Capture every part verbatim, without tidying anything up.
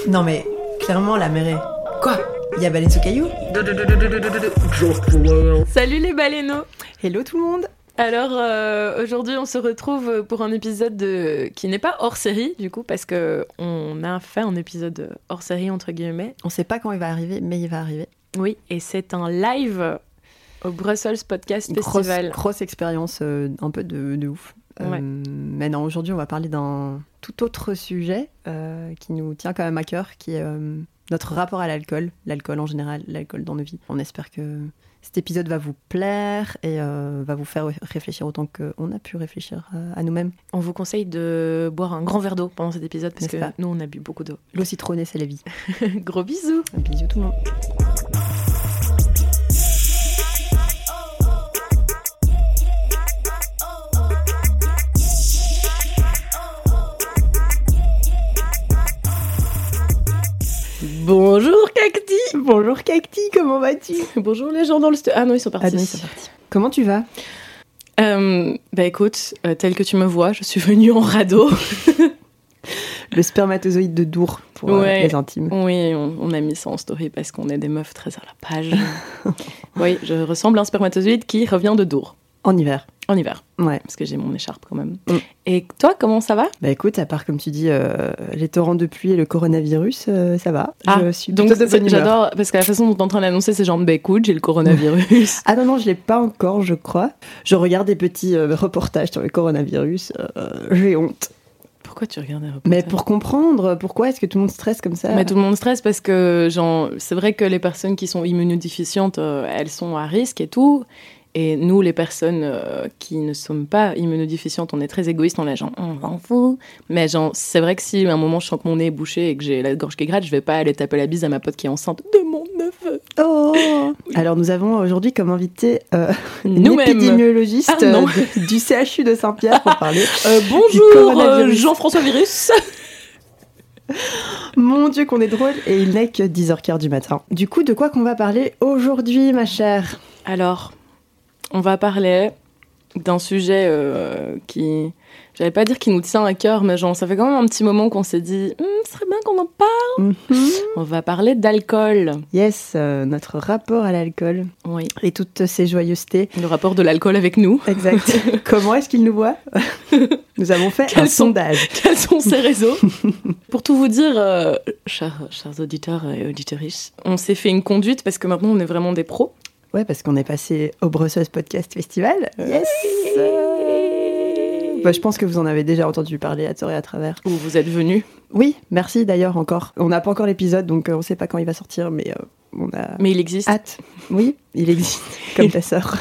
Non mais, clairement, la mer est... Quoi? Il y a baleine sous caillou? Salut les baleineaux. Hello tout le monde. Alors euh, aujourd'hui on se retrouve pour un épisode de... qui n'est pas hors série du coup parce que on a fait un épisode hors série entre guillemets. On sait pas quand il va arriver, mais il va arriver. Oui, et c'est un live au Brussels Podcast grosse, Festival. Grosse expérience, euh, un peu de, de ouf. Ouais. Euh, maintenant aujourd'hui on va parler d'un tout autre sujet euh, qui nous tient quand même à cœur, qui est euh, notre rapport à l'alcool, l'alcool en général, l'alcool dans nos vies. On espère que cet épisode va vous plaire et euh, va vous faire réfléchir autant qu'on a pu réfléchir à, à nous-mêmes. On vous conseille de boire un grand verre d'eau pendant cet épisode parce N'est-ce que pas? nous on a bu beaucoup d'eau. L'eau citronnée, c'est la vie. Gros bisous. Un bisou tout le monde. Bonjour Cacti. Bonjour Cacti, comment vas-tu? Bonjour les gens dans le studio. Ah non, ils sont partis. Ah non, ils sont partis. Comment tu vas? Euh, bah écoute, euh, tel que tu me vois, je suis venue en radeau. Le spermatozoïde de Dour pour ouais. euh, les intimes. Oui, on, on a mis ça en story parce qu'on est des meufs très à la page. Oui, je ressemble à un spermatozoïde qui revient de Dour. En hiver. En hiver. Ouais. Parce que j'ai mon écharpe quand même. Mm. Et toi, comment ça va? Bah écoute, à part comme tu dis, euh, les torrents de pluie et le coronavirus, euh, ça va. Ah, je suis donc plutôt de bonne humeur. j'adore parce que la façon dont t'es en train d'annoncer, c'est genre, bah écoute, j'ai le coronavirus. Ah non, non, je l'ai pas encore, je crois. Je regarde des petits euh, reportages sur le coronavirus. Euh, j'ai honte. Pourquoi tu regardes un reportage? Mais pour comprendre, pourquoi est-ce que tout le monde stresse comme ça? Mais tout le monde stresse parce que genre, c'est vrai que les personnes qui sont immunodéficientes, euh, elles sont à risque et tout. Et nous, les personnes euh, qui ne sommes pas immunodéficientes, on est très égoïstes, on est genre, on s'en fout. Mais genre, c'est vrai que si à un moment je sens que mon nez est bouché et que j'ai la gorge qui gratte, je vais pas aller taper la bise à ma pote qui est enceinte de mon neveu. Oh. Alors nous avons aujourd'hui comme invité euh, une Nous-mêmes. épidémiologiste Ah, non. euh, du C H U de Saint-Pierre pour parler. Euh, du bonjour, coronavirus. euh, Jean-François Virus. Mon Dieu qu'on est drôle, et il n'est que dix heures quinze du matin. Du coup, de quoi qu'on va parler aujourd'hui, ma chère? Alors, on va parler d'un sujet euh, qui, j'allais pas dire qui nous tient à cœur, mais genre, ça fait quand même un petit moment qu'on s'est dit, hm, ce serait bien qu'on en parle. Mm-hmm. On va parler d'alcool. Yes, euh, notre rapport à l'alcool Oui. et toutes ses joyeusetés. Le rapport de l'alcool avec nous. Exact. Comment est-ce qu'il nous voit? Nous avons fait Quels un sont- sondage. Quels sont ces réseaux? Pour tout vous dire, euh, chers, chers auditeurs et auditrices, on s'est fait une conduite parce que maintenant on est vraiment des pros. Ouais, parce qu'on est passé au Brussels Podcast Festival. Yes. Bah, je pense que vous en avez déjà entendu parler à tort et à travers. Où vous êtes venus. Oui, merci d'ailleurs encore. On n'a pas encore l'épisode, donc euh, on ne sait pas quand il va sortir, mais euh, on a Mais il existe. hâte. Oui, il existe, comme ta sœur.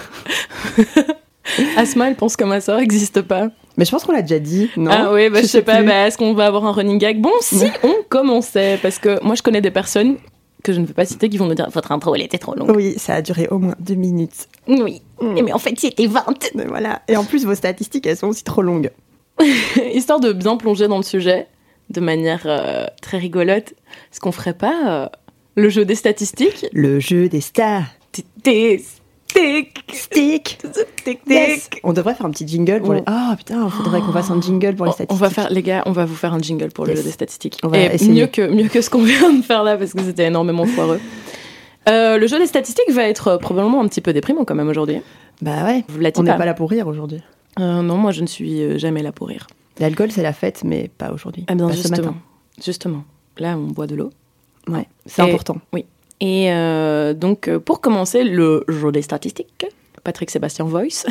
Asma, elle pense que ma sœur n'existe pas. Mais je pense qu'on l'a déjà dit, non? Ah oui, bah, je, sais pas, plus. bah, est-ce qu'on va avoir un running gag? Bon, si on commençait, parce que moi je connais des personnes que je ne veux pas citer qui vont nous dire votre intro elle était trop longue. Oui, ça a duré au moins deux minutes. Oui, Mm. mais en fait c'était vingt. Mais voilà. Et en plus, vos statistiques, elles sont aussi trop longues. Histoire de bien plonger dans le sujet de manière euh, très rigolote, est-ce qu'on ferait pas euh, le jeu des statistiques? Le jeu des stars. Des stick, Stick. stick, Yes. stick. On devrait faire un petit jingle pour Oh. les... Ah putain, il faudrait qu'on fasse un jingle pour les On- statistiques. On va faire, les gars, on va vous faire un jingle pour le Yes. jeu des statistiques. On va Et essayer. mieux que, mieux que ce qu'on vient de faire là, parce que c'était énormément foireux. Euh, le jeu des statistiques va être euh, probablement un petit peu déprimant quand même aujourd'hui. Bah ouais, Vous l'avez on n'est pas. pas là pour rire aujourd'hui. Euh, non, moi je ne suis euh, jamais là pour rire. L'alcool, c'est la fête, mais pas aujourd'hui. Ah bien Pas ce justement, matin. justement. Là, on boit de l'eau. Ouais, c'est Et- important. Oui. Et euh, donc, euh, pour commencer le jeu des statistiques, Patrick Sébastien Voice,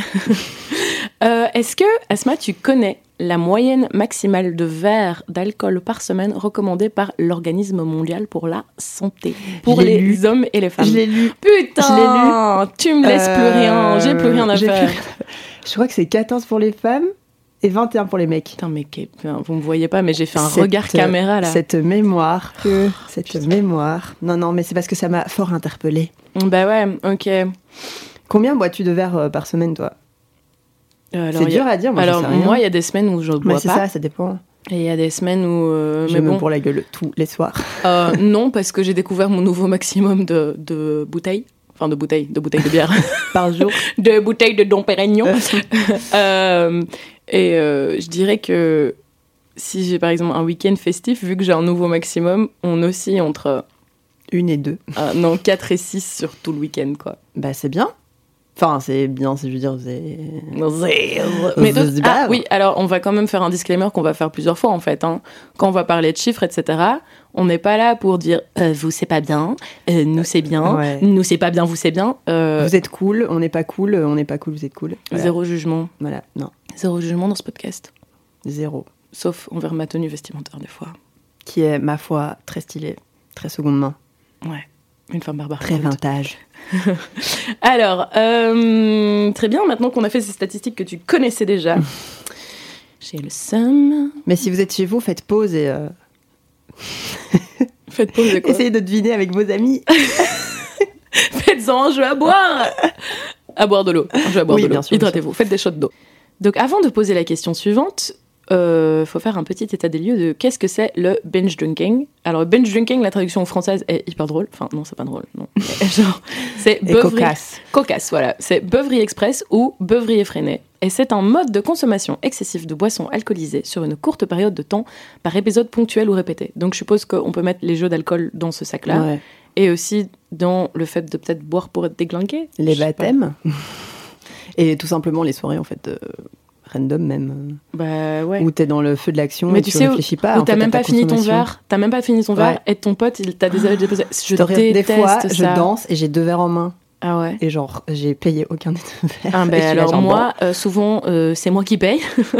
euh, est-ce que, Asma, tu connais la moyenne maximale de verres d'alcool par semaine recommandée par l'Organisme mondial pour la santé, pour Je l'ai les lu. hommes et les femmes? Je l'ai lu. Putain, Je l'ai tu me laisses plus rien, j'ai plus rien à j'ai faire. plus- Je crois que c'est quatorze pour les femmes et vingt et un pour les mecs. Putain, mais qu'est- vous me voyez pas, mais j'ai fait un Cette- regard caméra là. Cette mémoire, que cette mémoire. Non, non, mais c'est parce que ça m'a fort interpellée. Bah ouais, ok. Combien bois-tu de verres euh, par semaine, toi? Euh, alors, C'est il y a- dur à dire, moi. Alors j'en sais rien. moi, il y a des semaines où je bois Ouais, c'est pas, ça, ça dépend. et il y a des semaines où. euh, Je mais me bon, pour la gueule tous les soirs. euh, non, parce que j'ai découvert mon nouveau maximum de, de bouteilles. Enfin, de bouteilles, de bouteilles de bière. Par jour. De bouteilles de Dom Pérignon. Euh, et euh, je dirais que si j'ai par exemple un week-end festif, vu que j'ai un nouveau maximum, on oscille entre... Une et deux. Euh, non, quatre et six sur tout le week-end, quoi. Bah, c'est bien. Enfin, c'est bien, c'est, je veux dire, c'est... Mais c'est donc, ah, oui, alors on va quand même faire un disclaimer qu'on va faire plusieurs fois, en fait. Hein. Quand on va parler de chiffres, et cetera, on n'est pas là pour dire euh, « vous, c'est pas bien euh, »,« nous, c'est bien ouais. »,« nous, c'est pas bien, vous, c'est bien euh... ». Vous êtes cool, on n'est pas cool, on n'est pas cool, vous êtes cool. Voilà. Zéro jugement. Voilà, non. Zéro jugement dans ce podcast. Zéro. Sauf envers ma tenue vestimentaire, des fois. Qui est, ma foi, très stylée, très seconde main. Ouais, une femme barbare. Très vintage. Alors, euh, très bien, maintenant qu'on a fait ces statistiques que tu connaissais déjà, j'ai le seum. Mais si vous êtes chez vous, faites pause et... Euh... faites pause et quoi ? Essayez de deviner avec vos amis. Faites-en un jeu à boire. À boire de l'eau. Un jeu à boire oui, de l'eau. Bien sûr, Hydratez-vous, bien sûr. Faites des shots d'eau. Donc, avant de poser la question suivante... Il euh, faut faire un petit état des lieux de qu'est-ce que c'est le binge drinking. Alors, binge drinking, la traduction française est hyper drôle. Enfin, non, c'est pas drôle. Non. Genre, c'est beuverie... cocasse. Cocasse, voilà. C'est beuverie express ou beuverie effrénée. Et c'est un mode de consommation excessif de boissons alcoolisées sur une courte période de temps par épisode ponctuel ou répété. Donc, je suppose qu'on peut mettre les jeux d'alcool dans ce sac-là. Ouais. Et aussi dans le fait de peut-être boire pour être déglingué. Les baptêmes. Et tout simplement les soirées, en fait... Euh... random même. Bah ouais. Où t'es dans le feu de l'action mais et tu, tu sais réfléchis où, pas. Où t'as même pas fini ton verre, t'as même pas fini ton verre et ton pote, il t'a déjà déposé. Je déteste des fois, ça. je danse et j'ai deux verres en main. Ah ouais. Et genre, j'ai payé aucun des deux verres. Ah ben alors moi, euh, souvent, euh, c'est moi qui paye.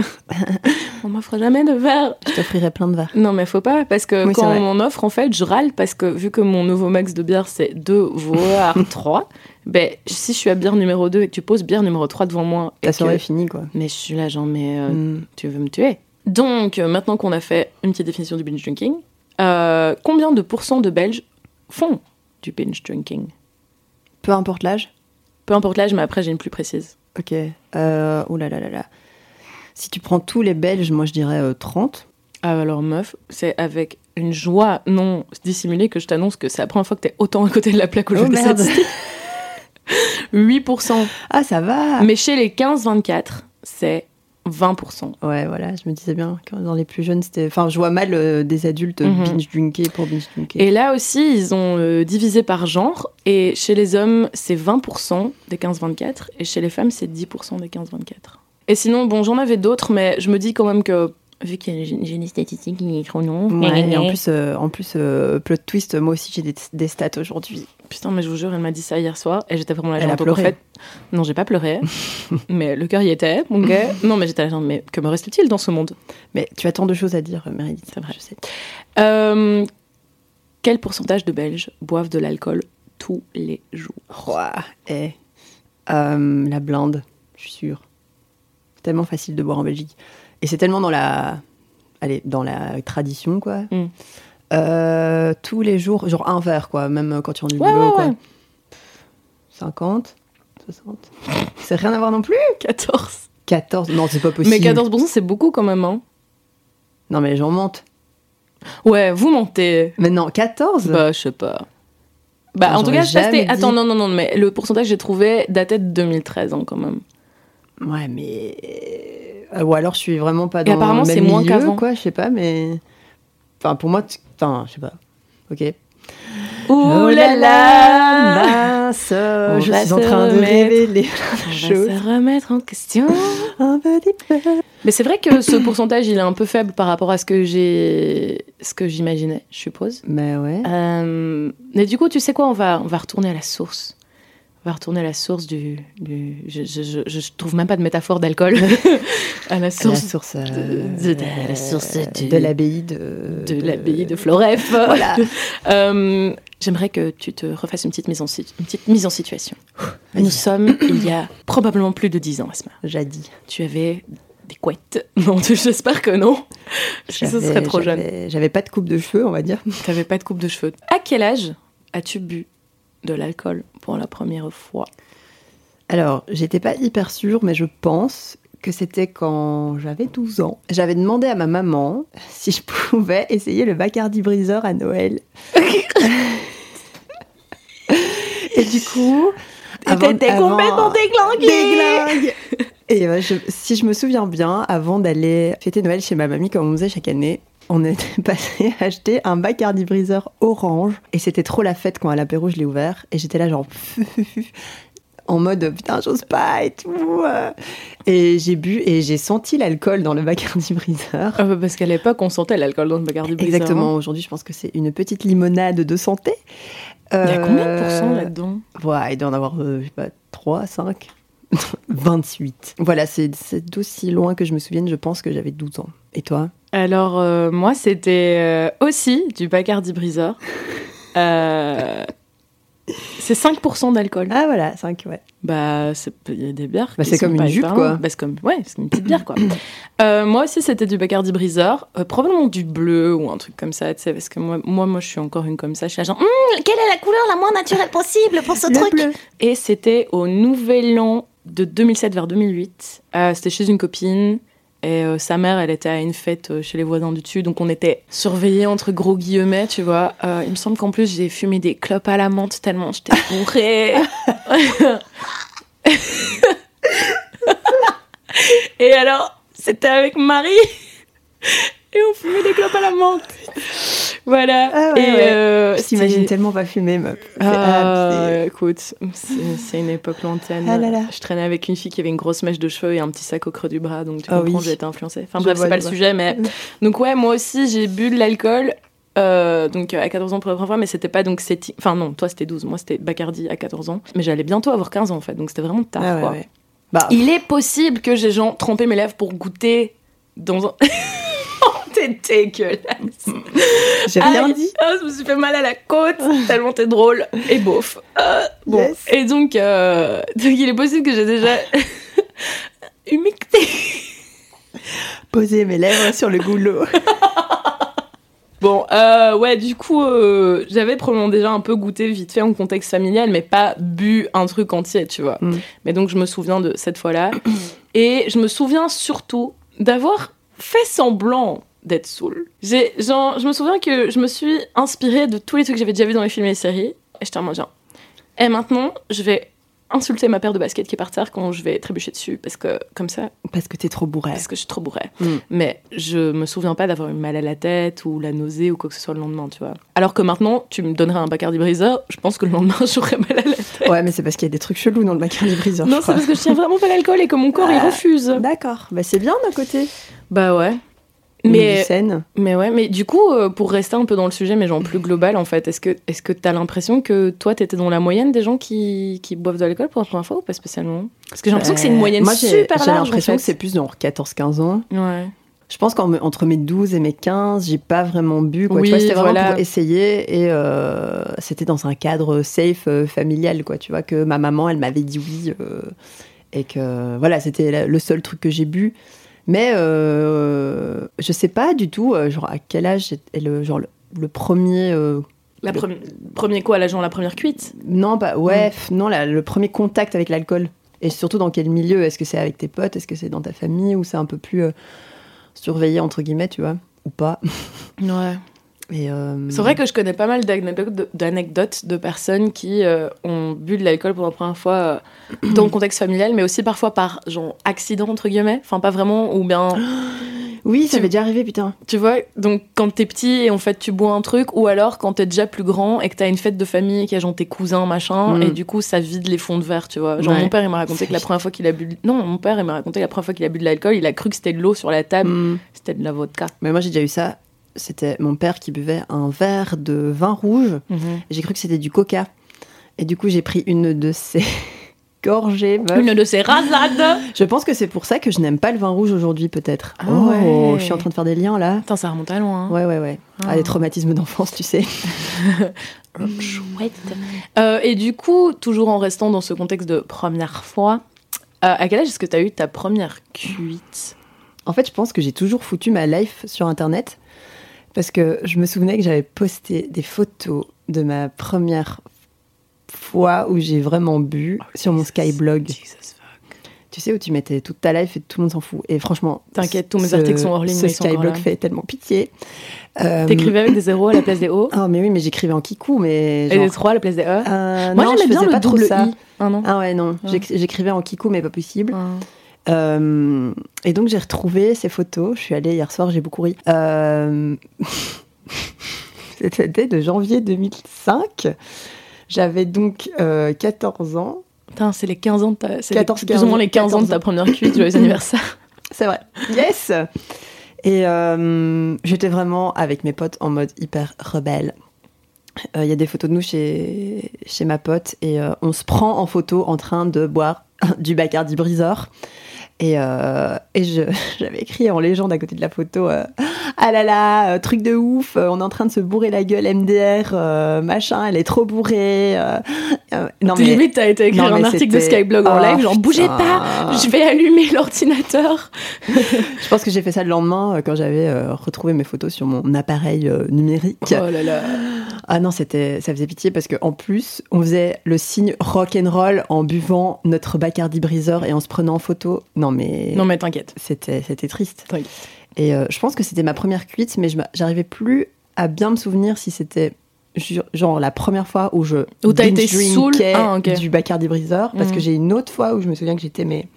On m'offre jamais de verre. Je t'offrirai plein de verres. Non mais faut pas, parce que oui, quand on m'en offre, en fait, je râle parce que vu que mon nouveau max de bière, c'est deux, voire trois, ben si je suis à bière numéro deux et que tu poses bière numéro trois devant moi... Ta soirée que... est finie, quoi. Mais je suis là, genre, mais euh, mm. tu veux me tuer. Donc, euh, maintenant qu'on a fait une petite définition du binge drinking, euh, combien de pourcents de Belges font du binge drinking ? Peu importe l'âge ? Peu importe l'âge, mais après, j'ai une plus précise. Ok. Euh, oh là là là là. Si tu prends tous les Belges, moi, je dirais euh, trente. Ah, alors, meuf, c'est avec une joie non dissimulée que je t'annonce que c'est la première fois que t'es autant à côté de la plaque au jeu oh, des statistiques. huit pour cent. Ah, ça va. Mais chez les quinze vingt-quatre, c'est vingt pour cent. Ouais, voilà, je me disais bien que dans les plus jeunes, c'était... Enfin, je vois mal euh, des adultes mm-hmm. binge drinker pour binge drinker. Et là aussi, ils ont euh, divisé par genre. Et chez les hommes, c'est vingt pour cent des quinze vingt-quatre. Et chez les femmes, c'est dix pour cent des quinze vingt-quatre. Et sinon, bon, j'en avais d'autres, mais je me dis quand même que... Vu qu'il y a une génie statistique qui est trop long. Ouais, et en plus, euh, en plus euh, plot twist, moi aussi, j'ai des, des stats aujourd'hui. Putain, mais je vous jure, elle m'a dit ça hier soir et j'étais vraiment là. Elle a pleuré. En fait, non, j'ai pas pleuré, mais le cœur y était, mon gars. Non, mais j'étais là, mais que me reste-t-il dans ce monde ? Mais tu as tant de choses à dire, Meredith. C'est vrai, je sais. Euh, quel pourcentage de Belges boivent de l'alcool tous les jours ? Ouah, eh. euh, La blinde, je suis sûre. C'est tellement facile de boire en Belgique. Et c'est tellement dans la, allez, dans la tradition, quoi. Mm. Euh, tous les jours, genre un verre, quoi, même quand tu rentres du ouais, boulot, ouais, quoi. Ouais. cinquante, soixante. C'est rien à voir non plus. quatorze. quatorze, non, c'est pas possible. Mais quatorze pour cent, c'est beaucoup quand même, hein. Non, mais les gens mentent. Ouais, vous mentez. Mais non, quatorze ? Bah, je sais pas. Bah, non, en tout cas, ça c'était... Dit... Attends, non, non, non, mais le pourcentage que j'ai trouvé datait de deux mille treize, hein, quand même. Ouais, mais... Ou alors je suis vraiment pas dans et apparemment, le même c'est moins milieu, qu'avant. quoi, je sais pas, mais... Enfin, pour moi, tu... enfin, je sais pas. Ok. Ouh là là, mince, je suis en train de révéler on va se remettre en question un petit peu. Mais c'est vrai que ce pourcentage, il est un peu faible par rapport à ce que j'ai, ce que j'imaginais, je suppose. Mais ouais. Euh... Mais du coup, tu sais quoi, on va, on va retourner à la source. On va retourner à la source du... du... Je, je, je, je trouve même pas de métaphore d'alcool. à la source... La source... Euh, de, de, de, la source de, de l'abbaye de... De, de l'abbaye de Floref. Voilà. euh, j'aimerais que tu te refasses une petite mise en, une petite mise en situation. Nous sommes il y a probablement plus de dix ans, Asma. Jadis. Tu avais des couettes. Non, j'espère que non. Ce serait trop jeune. J'avais pas de coupe de cheveux, on va dire. T'avais pas de coupe de cheveux. À quel âge as-tu bu de l'alcool pour la première fois? Alors, j'étais pas hyper sûre, mais je pense que c'était quand j'avais douze ans. J'avais demandé à ma maman si je pouvais essayer le Bacardi Breezer à Noël. Et du coup... Avant, t'étais avant, complètement déglinguée. Déglingue. Et euh, je, si je me souviens bien, avant d'aller fêter Noël chez ma mamie, comme on faisait chaque année, on était passé acheter un Bacardi Breezer orange. Et c'était trop la fête quand à l'apéro, je l'ai ouvert. Et j'étais là genre... en mode putain, j'ose pas et tout. Et j'ai bu et j'ai senti l'alcool dans le Bacardi Breezer. Ah bah parce qu'à l'époque, on sentait l'alcool dans le Bacardi Breezer. Exactement. Hein. Aujourd'hui, je pense que c'est une petite limonade de santé. Euh... Il y a combien de pourcents là-dedans ? Ouais, il doit en avoir, euh, je sais pas, trois, cinq vingt-huit. Voilà, c'est, c'est d'aussi loin que je me souvienne, je pense que j'avais douze ans. Et toi ? Alors, euh, moi, c'était euh, aussi du Bacardi Breezer. euh... C'est cinq pour cent d'alcool. Ah voilà, cinq, ouais. Bah, il y a des bières. Bah, c'est comme une jupe, quoi. Bah, c'est comme, ouais, c'est une petite bière, quoi. euh, moi aussi, c'était du Bacardi Breezer. Euh, probablement du bleu ou un truc comme ça, tu sais, parce que moi, moi, moi, je suis encore une comme ça. Je suis là, genre, hm, quelle est la couleur la moins naturelle possible pour ce Le truc bleu. Et c'était au Nouvel An de deux mille sept vers deux mille huit. Euh, c'était chez une copine. Et euh, sa mère, elle était à une fête euh, chez les voisins du dessus, donc on était surveillés entre gros guillemets, tu vois. Euh, il me semble qu'en plus, j'ai fumé des clopes à la menthe tellement j'étais bourrée. Et alors, c'était avec Marie, et on fumait des clopes à la menthe. Voilà. Ah ouais, et ouais. euh, je t'imagine tellement pas fumer, meuf. Euh, écoute, c'est, c'est une époque lointaine. Ah là là. Je traînais avec une fille qui avait une grosse mèche de cheveux et un petit sac au creux du bras, donc tu oh comprends, oui. j'ai été influencée. Enfin je bref, vois, c'est pas je le vois. sujet, mais donc ouais, moi aussi j'ai bu de l'alcool. Euh, donc à quatorze ans pour la première fois, mais c'était pas donc c'est enfin non, toi c'était douze, moi c'était Bacardi à quatorze ans, mais j'allais bientôt avoir quinze ans en fait, donc c'était vraiment tard Ah ouais, quoi. ouais. Bah, Il est possible que j'ai genre trempé mes lèvres pour goûter dans un t'es dégueulasse. J'ai rien Aïe. dit. Oh, je me suis fait mal à la côte, tellement t'es drôle et beauf. Euh, bon, Yes. et donc, euh, donc il est possible que j'ai déjà humecté. Poser mes lèvres sur le goulot. Bon, euh, ouais, du coup, euh, j'avais probablement déjà un peu goûté vite fait en contexte familial, mais pas bu un truc entier, tu vois. Mm. Mais donc, je me souviens de cette fois-là. Et je me souviens surtout d'avoir fait semblant d'être saoul. J'ai, genre, je me souviens que je me suis inspirée de tous les trucs que j'avais déjà vus dans les films et les séries. Et j'étais en mode genre, et maintenant, je vais insulter ma paire de baskets qui est par terre quand je vais trébucher dessus, parce que comme ça, Parce que t'es trop bourré. parce que je suis trop bourrée. Mm. Mais je me souviens pas d'avoir eu mal à la tête ou la nausée ou quoi que ce soit le lendemain, tu vois. Alors que maintenant, tu me donnerais un Bacardi Breezer, je pense que le lendemain, j'aurais mal à la tête. Ouais, mais c'est parce qu'il y a des trucs chelous dans le Bacardi Breezer. Non, je c'est crois. parce que je tiens vraiment pas l'alcool et que mon corps, il Ah. refuse. D'accord. Bah, c'est bien d'un côté. Bah ouais. Mais... Mais, Scène. mais ouais, mais du coup, euh, pour rester un peu dans le sujet, mais genre plus global, en fait, est-ce que, est-ce que t'as l'impression que toi, t'étais dans la moyenne des gens qui, qui boivent de l'alcool pour la première fois ou pas spécialement ? Parce que j'ai l'impression que c'est une moyenne Moi, j'ai, super large, j'ai l'impression en que fait. c'est plus dans quatorze quinze ans. Ouais. Je pense qu'entre mes douze et mes quinze, j'ai pas vraiment bu. Quoi. Oui, tu vois, c'était vraiment voilà. pour essayer et euh, c'était dans un cadre safe, euh, familial, quoi. Tu vois, que ma maman, elle m'avait dit oui euh, et que voilà, c'était la- le seul truc que j'ai bu. Mais euh, je sais pas du tout, euh, genre à quel âge est le genre le, le premier. euh, La le- premi- premier quoi, la, genre la première cuite ? non, bah ouais, f- non, la- le premier contact avec l'alcool. Et surtout dans quel milieu ? Est-ce que c'est avec tes potes ? Est-ce que c'est dans ta famille ? Ou c'est un peu plus euh, surveillé entre guillemets, tu vois ? Ou pas ? Ouais. Et euh, C'est vrai que je connais pas mal d'anecdotes de, d'anecdotes de personnes qui euh, ont bu de l'alcool pour la première fois euh, dans le contexte familial, mais aussi parfois par genre accident entre guillemets, enfin pas vraiment, ou bien oui, ça tu- m'est déjà arrivé, putain. tu vois, donc quand t'es petit et en fait tu bois un truc, ou alors quand t'es déjà plus grand et que t'as une fête de famille qui a genre tes cousins machin, Mm. et du coup ça vide les fonds de verre, tu vois. Genre Ouais. mon père il m'a raconté que la première fois qu'il a bu, non mon père il m'a raconté que la première fois qu'il a bu de l'alcool, il a cru que c'était de l'eau sur la table, Mm. c'était de la vodka. Mais moi j'ai déjà eu ça. C'était mon père qui buvait un verre de vin rouge. Et j'ai cru que c'était du coca. Et du coup j'ai pris une de ces gorgées. meuf. Une de ces rasades. Je pense que c'est pour ça que je n'aime pas le vin rouge aujourd'hui, peut-être. Ah oh, ouais. je suis en train de faire des liens là. Putain, ça remonte à loin. Hein. Ouais, ouais, ouais. Ah. Ah, des traumatismes d'enfance, tu sais. Chouette. Euh, et du coup, toujours en restant dans ce contexte de première fois, euh, à quel âge est-ce que tu as eu ta première cuite ? En fait, je pense que j'ai toujours foutu ma life sur Internet parce que je me souvenais que j'avais posté des photos de ma première fois où j'ai vraiment bu Oh, sur mon Jesus. Skyblog. Jesus fuck. Tu sais, où tu mettais toute ta life et tout le monde s'en fout. Et franchement, T'inquiète, tous mes ce- articles sont hors ligne, Ce mais ils sont encore Skyblog là. fait tellement pitié. Euh, T'écrivais avec des zéros à la place des O Ah, mais oui, mais j'écrivais en kikou, mais et genre... des trois à la place des E. Euh, Moi, non, j'aimais je bien faisais le pas trop double ça. I. Ah non Ah ouais, non. Ah. J'éc- J'écrivais en kikou, mais pas possible. Ah. Euh, et donc j'ai retrouvé ces photos. Je suis allée hier soir, j'ai beaucoup ri. Euh... C'était de janvier deux mille cinq. J'avais donc euh, quatorze ans. Putain, c'est les quinze ans de ta... C'est quatorze, les... plus ou moins les quinze ans de ta première cuite, joyeux anniversaire. C'est vrai. Yes. Et euh, j'étais vraiment avec mes potes en mode hyper rebelle. Il euh, y a des photos de nous chez, chez ma pote et euh, on se prend en photo en train de boire du Bacardi Briseur. Et, euh, et je, j'avais écrit en légende à côté de la photo euh, ah là là, euh, truc de ouf, euh, on est en train de se bourrer la gueule, M D R, euh, machin, elle est trop bourrée. Euh, euh, non, mais, limite, t'as été écrire non, un article c'était... de Skyblog en oh, live, genre bougez pas, je vais allumer l'ordinateur. Je pense que j'ai fait ça le lendemain euh, quand j'avais euh, retrouvé mes photos sur mon appareil euh, numérique. Oh là là. Ah non, c'était, ça faisait pitié parce qu'en plus, on faisait le signe rock'n'roll en buvant notre Bacardi Briseur et en se prenant en photo. Non mais... Non mais t'inquiète. C'était, c'était triste. T'inquiète. Et euh, je pense que c'était ma première cuite, mais je j'arrivais plus à bien me souvenir si c'était genre la première fois où je où t'as été saoul ah, okay. du Bacardi Briseur, parce mmh. que j'ai une autre fois où je me souviens que j'étais mais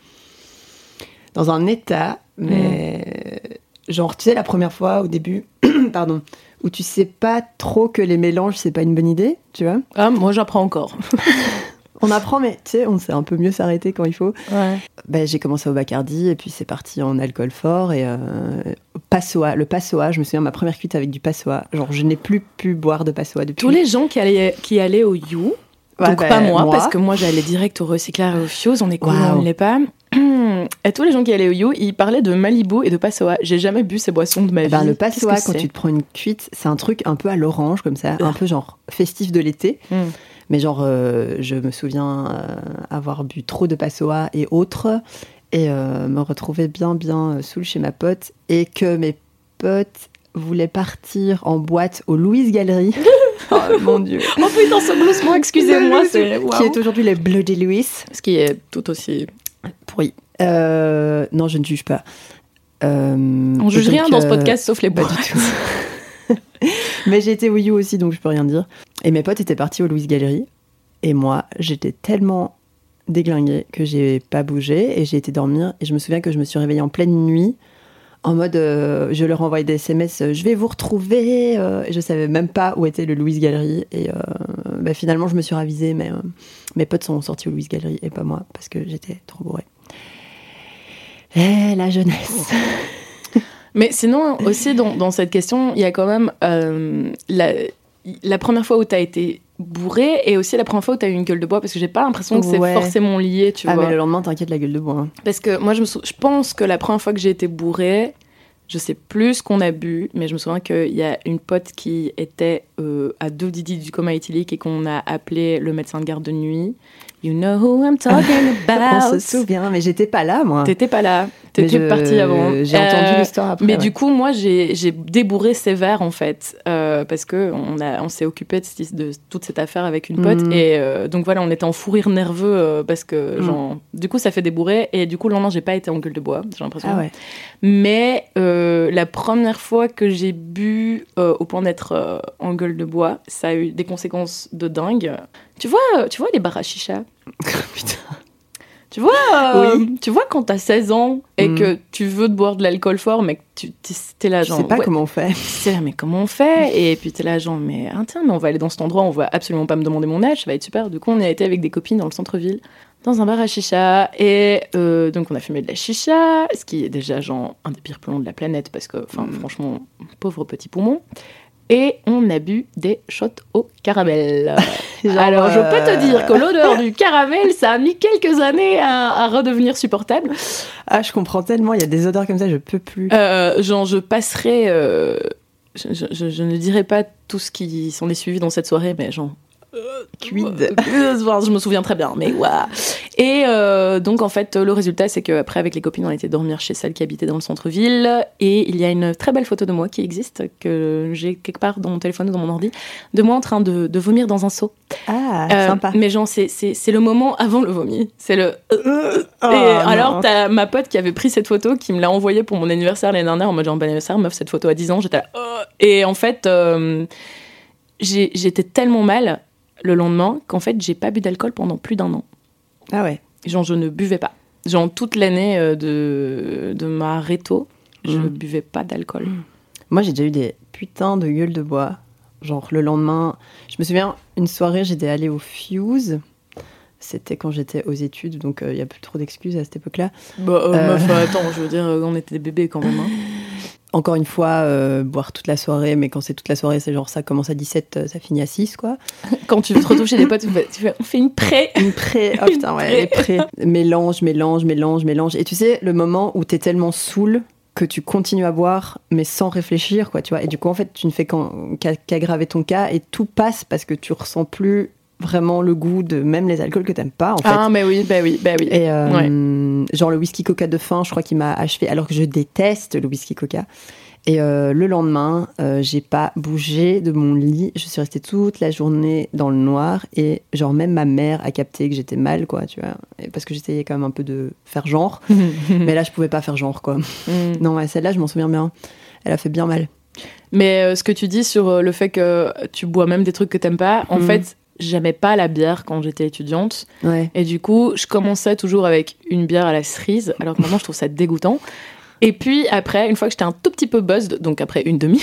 dans un état, mais mmh. genre tu sais la première fois au début, pardon, où tu sais pas trop que les mélanges c'est pas une bonne idée, tu vois. Ah moi j'apprends encore. On apprend, mais tu sais, on sait un peu mieux s'arrêter quand il faut. Ouais. Ben, j'ai commencé au Bacardi, et puis c'est parti en alcool fort. Et euh, Passoa, le Passoa, je me souviens, ma première cuite avec du Passoa. Genre, je n'ai plus pu boire de Passoa depuis. Tous les gens qui allaient, qui allaient au You, ouais, donc ben, pas moi, moi, parce que moi, j'allais direct au recyclage et au Fuse, on est cool, wow. on ne l'est pas. Et tous les gens qui allaient au You, ils parlaient de Malibu et de Passoa. J'ai jamais bu ces boissons de ma vie. Ben, le Passoa, quand tu te prends une cuite, c'est un truc un peu à l'orange, comme ça, un peu genre festif de l'été. Mm. Mais genre, euh, je me souviens euh, avoir bu trop de Passoa et autres, et euh, me retrouver bien, bien saoul chez ma pote, et que mes potes voulaient partir en boîte au Louise Gallery. Oh mon Dieu. Oh putain, ce gloussement, excusez-moi. C'est... Wow. Qui est aujourd'hui le Bloody Louis. Ce qui est tout aussi pourri. Euh, non, je ne juge pas. Euh, On juge rien euh, dans ce podcast, sauf les boîtes. Pas du tout. Mais j'ai été au You aussi, donc je peux rien dire. Et mes potes étaient partis au Louise Gallery. Et moi, j'étais tellement déglinguée que j'ai pas bougé. Et j'ai été dormir. Et je me souviens que je me suis réveillée en pleine nuit. En mode, euh, je leur envoyais des S M S, euh, je vais vous retrouver. Euh, et je savais même pas où était le Louise Gallery. Et euh, bah, finalement, je me suis ravisée. Mais euh, mes potes sont sortis au Louise Gallery et pas moi. Parce que j'étais trop bourrée. Et la jeunesse. Mais sinon, aussi, dans, dans cette question, il y a quand même euh, la, la première fois où tu as été bourré et aussi la première fois où tu as eu une gueule de bois, parce que j'ai pas l'impression que c'est ouais. forcément lié, tu ah, vois. Ah, mais le lendemain, t'inquiète, la gueule de bois. Hein. Parce que moi, je, me sou... je pense que la première fois que j'ai été bourrée, je sais plus ce qu'on a bu, mais je me souviens qu'il y a une pote qui était euh, à deux didi du coma éthylique et qu'on a appelé le médecin de garde de nuit. You know who I'm talking about. On se souvient, mais j'étais pas là, moi. T'étais pas là. T'étais je... partie avant. J'ai euh, entendu l'histoire après. Mais ouais. du coup, moi, j'ai, j'ai débourré sévère, en fait, euh, parce qu'on on s'est occupé de, de toute cette affaire avec une pote. Mm. Et euh, donc voilà, on était en fou rire nerveux euh, parce que, mm. genre, du coup, ça fait débourrer. Et du coup, le lendemain, j'ai pas été en gueule de bois, j'ai l'impression. Ah ouais. Mais euh, la première fois que j'ai bu euh, au point d'être euh, en gueule de bois, ça a eu des conséquences de dingue. Tu vois, tu vois les bars à chicha. Putain. Tu vois, euh, oui. tu vois quand t'as seize ans et mm. que tu veux te boire de l'alcool fort, mais que tu t'es là genre... Je sais pas ouais, comment on fait. C'est là, mais comment on fait? Et puis t'es là genre, mais ah, tiens, mais on va aller dans cet endroit, on va absolument pas me demander mon âge, ça va être super. Du coup, on a été avec des copines dans le centre-ville, dans un bar à chicha, et euh, donc on a fumé de la chicha, ce qui est déjà genre un des pires poumons de la planète, parce que, enfin, mm. franchement, pauvre petit poumon. Et on a bu des shots au caramel. Genre, alors, je peux te dire que l'odeur du caramel, ça a mis quelques années à, à redevenir supportable. Ah, je comprends tellement, il y a des odeurs comme ça, je peux plus. Euh, genre, je passerai... Euh, je, je, je ne dirai pas tout ce qui s'en est suivi dans cette soirée, mais genre... Quid. Je me souviens très bien, mais waouh. Et euh, donc en fait le résultat c'est qu'après avec les copines on était dormir chez celle qui habitait dans le centre-ville et il y a une très belle photo de moi qui existe que j'ai quelque part dans mon téléphone ou dans mon ordi de moi en train de, de vomir dans un seau. Ah euh, sympa. Mais genre c'est, c'est, c'est le moment avant le vomi, c'est le euh, oh, et alors t'as ma pote qui avait pris cette photo qui me l'a envoyée pour mon anniversaire l'année dernière en mode genre bon anniversaire meuf, cette photo à dix ans, j'étais là oh. Et en fait euh, j'ai, j'étais tellement mal le lendemain qu'en fait j'ai pas bu d'alcool pendant plus d'un an. Ah ouais. Genre je ne buvais pas. Genre, toute l'année euh, de, de ma réto, je ne mmh. buvais pas d'alcool. Moi, j'ai déjà eu des putains de gueules de bois. Genre, le lendemain, je me souviens, une soirée, j'étais allée au Fuse. C'était quand j'étais aux études, donc il euh, n'y a plus trop d'excuses à cette époque-là. Bah, euh, euh... meuf, attends, je veux dire, on était des bébés quand même. Hein. Encore une fois, euh, boire toute la soirée, mais quand c'est toute la soirée, c'est genre ça commence à dix-sept, ça finit à six, quoi. Quand tu te retrouves chez des potes, tu fais, tu fais, on fait une pré. Une pré, oh putain, ouais, les pré. Mélange, mélange, mélange, mélange. Et tu sais, le moment où t'es tellement saoul que tu continues à boire, mais sans réfléchir, quoi, tu vois. Et du coup, en fait, tu ne fais qu'aggraver ton cas et tout passe parce que tu ressens plus vraiment le goût de même les alcools que t'aimes pas, en fait. Ah, mais oui, bah oui, bah oui. Et euh, ouais. Genre le whisky coca de fin, je crois qu'il m'a achevé, alors que je déteste le whisky coca. Et euh, le lendemain, euh, j'ai pas bougé de mon lit. Je suis restée toute la journée dans le noir. Et genre même ma mère a capté que j'étais mal, quoi, tu vois. Et parce que j'essayais quand même un peu de faire genre. Mais là, je pouvais pas faire genre, quoi. Mm. Non, ouais, celle-là, je m'en souviens bien. Elle a fait bien mal. Mais euh, ce que tu dis sur euh, le fait que tu bois même des trucs que t'aimes pas, en mm. fait, j'aimais pas la bière quand j'étais étudiante. Ouais. Et du coup, je commençais toujours avec une bière à la cerise, alors que maintenant, je trouve ça dégoûtant. Et puis après, une fois que j'étais un tout petit peu buzzed, donc après une demi,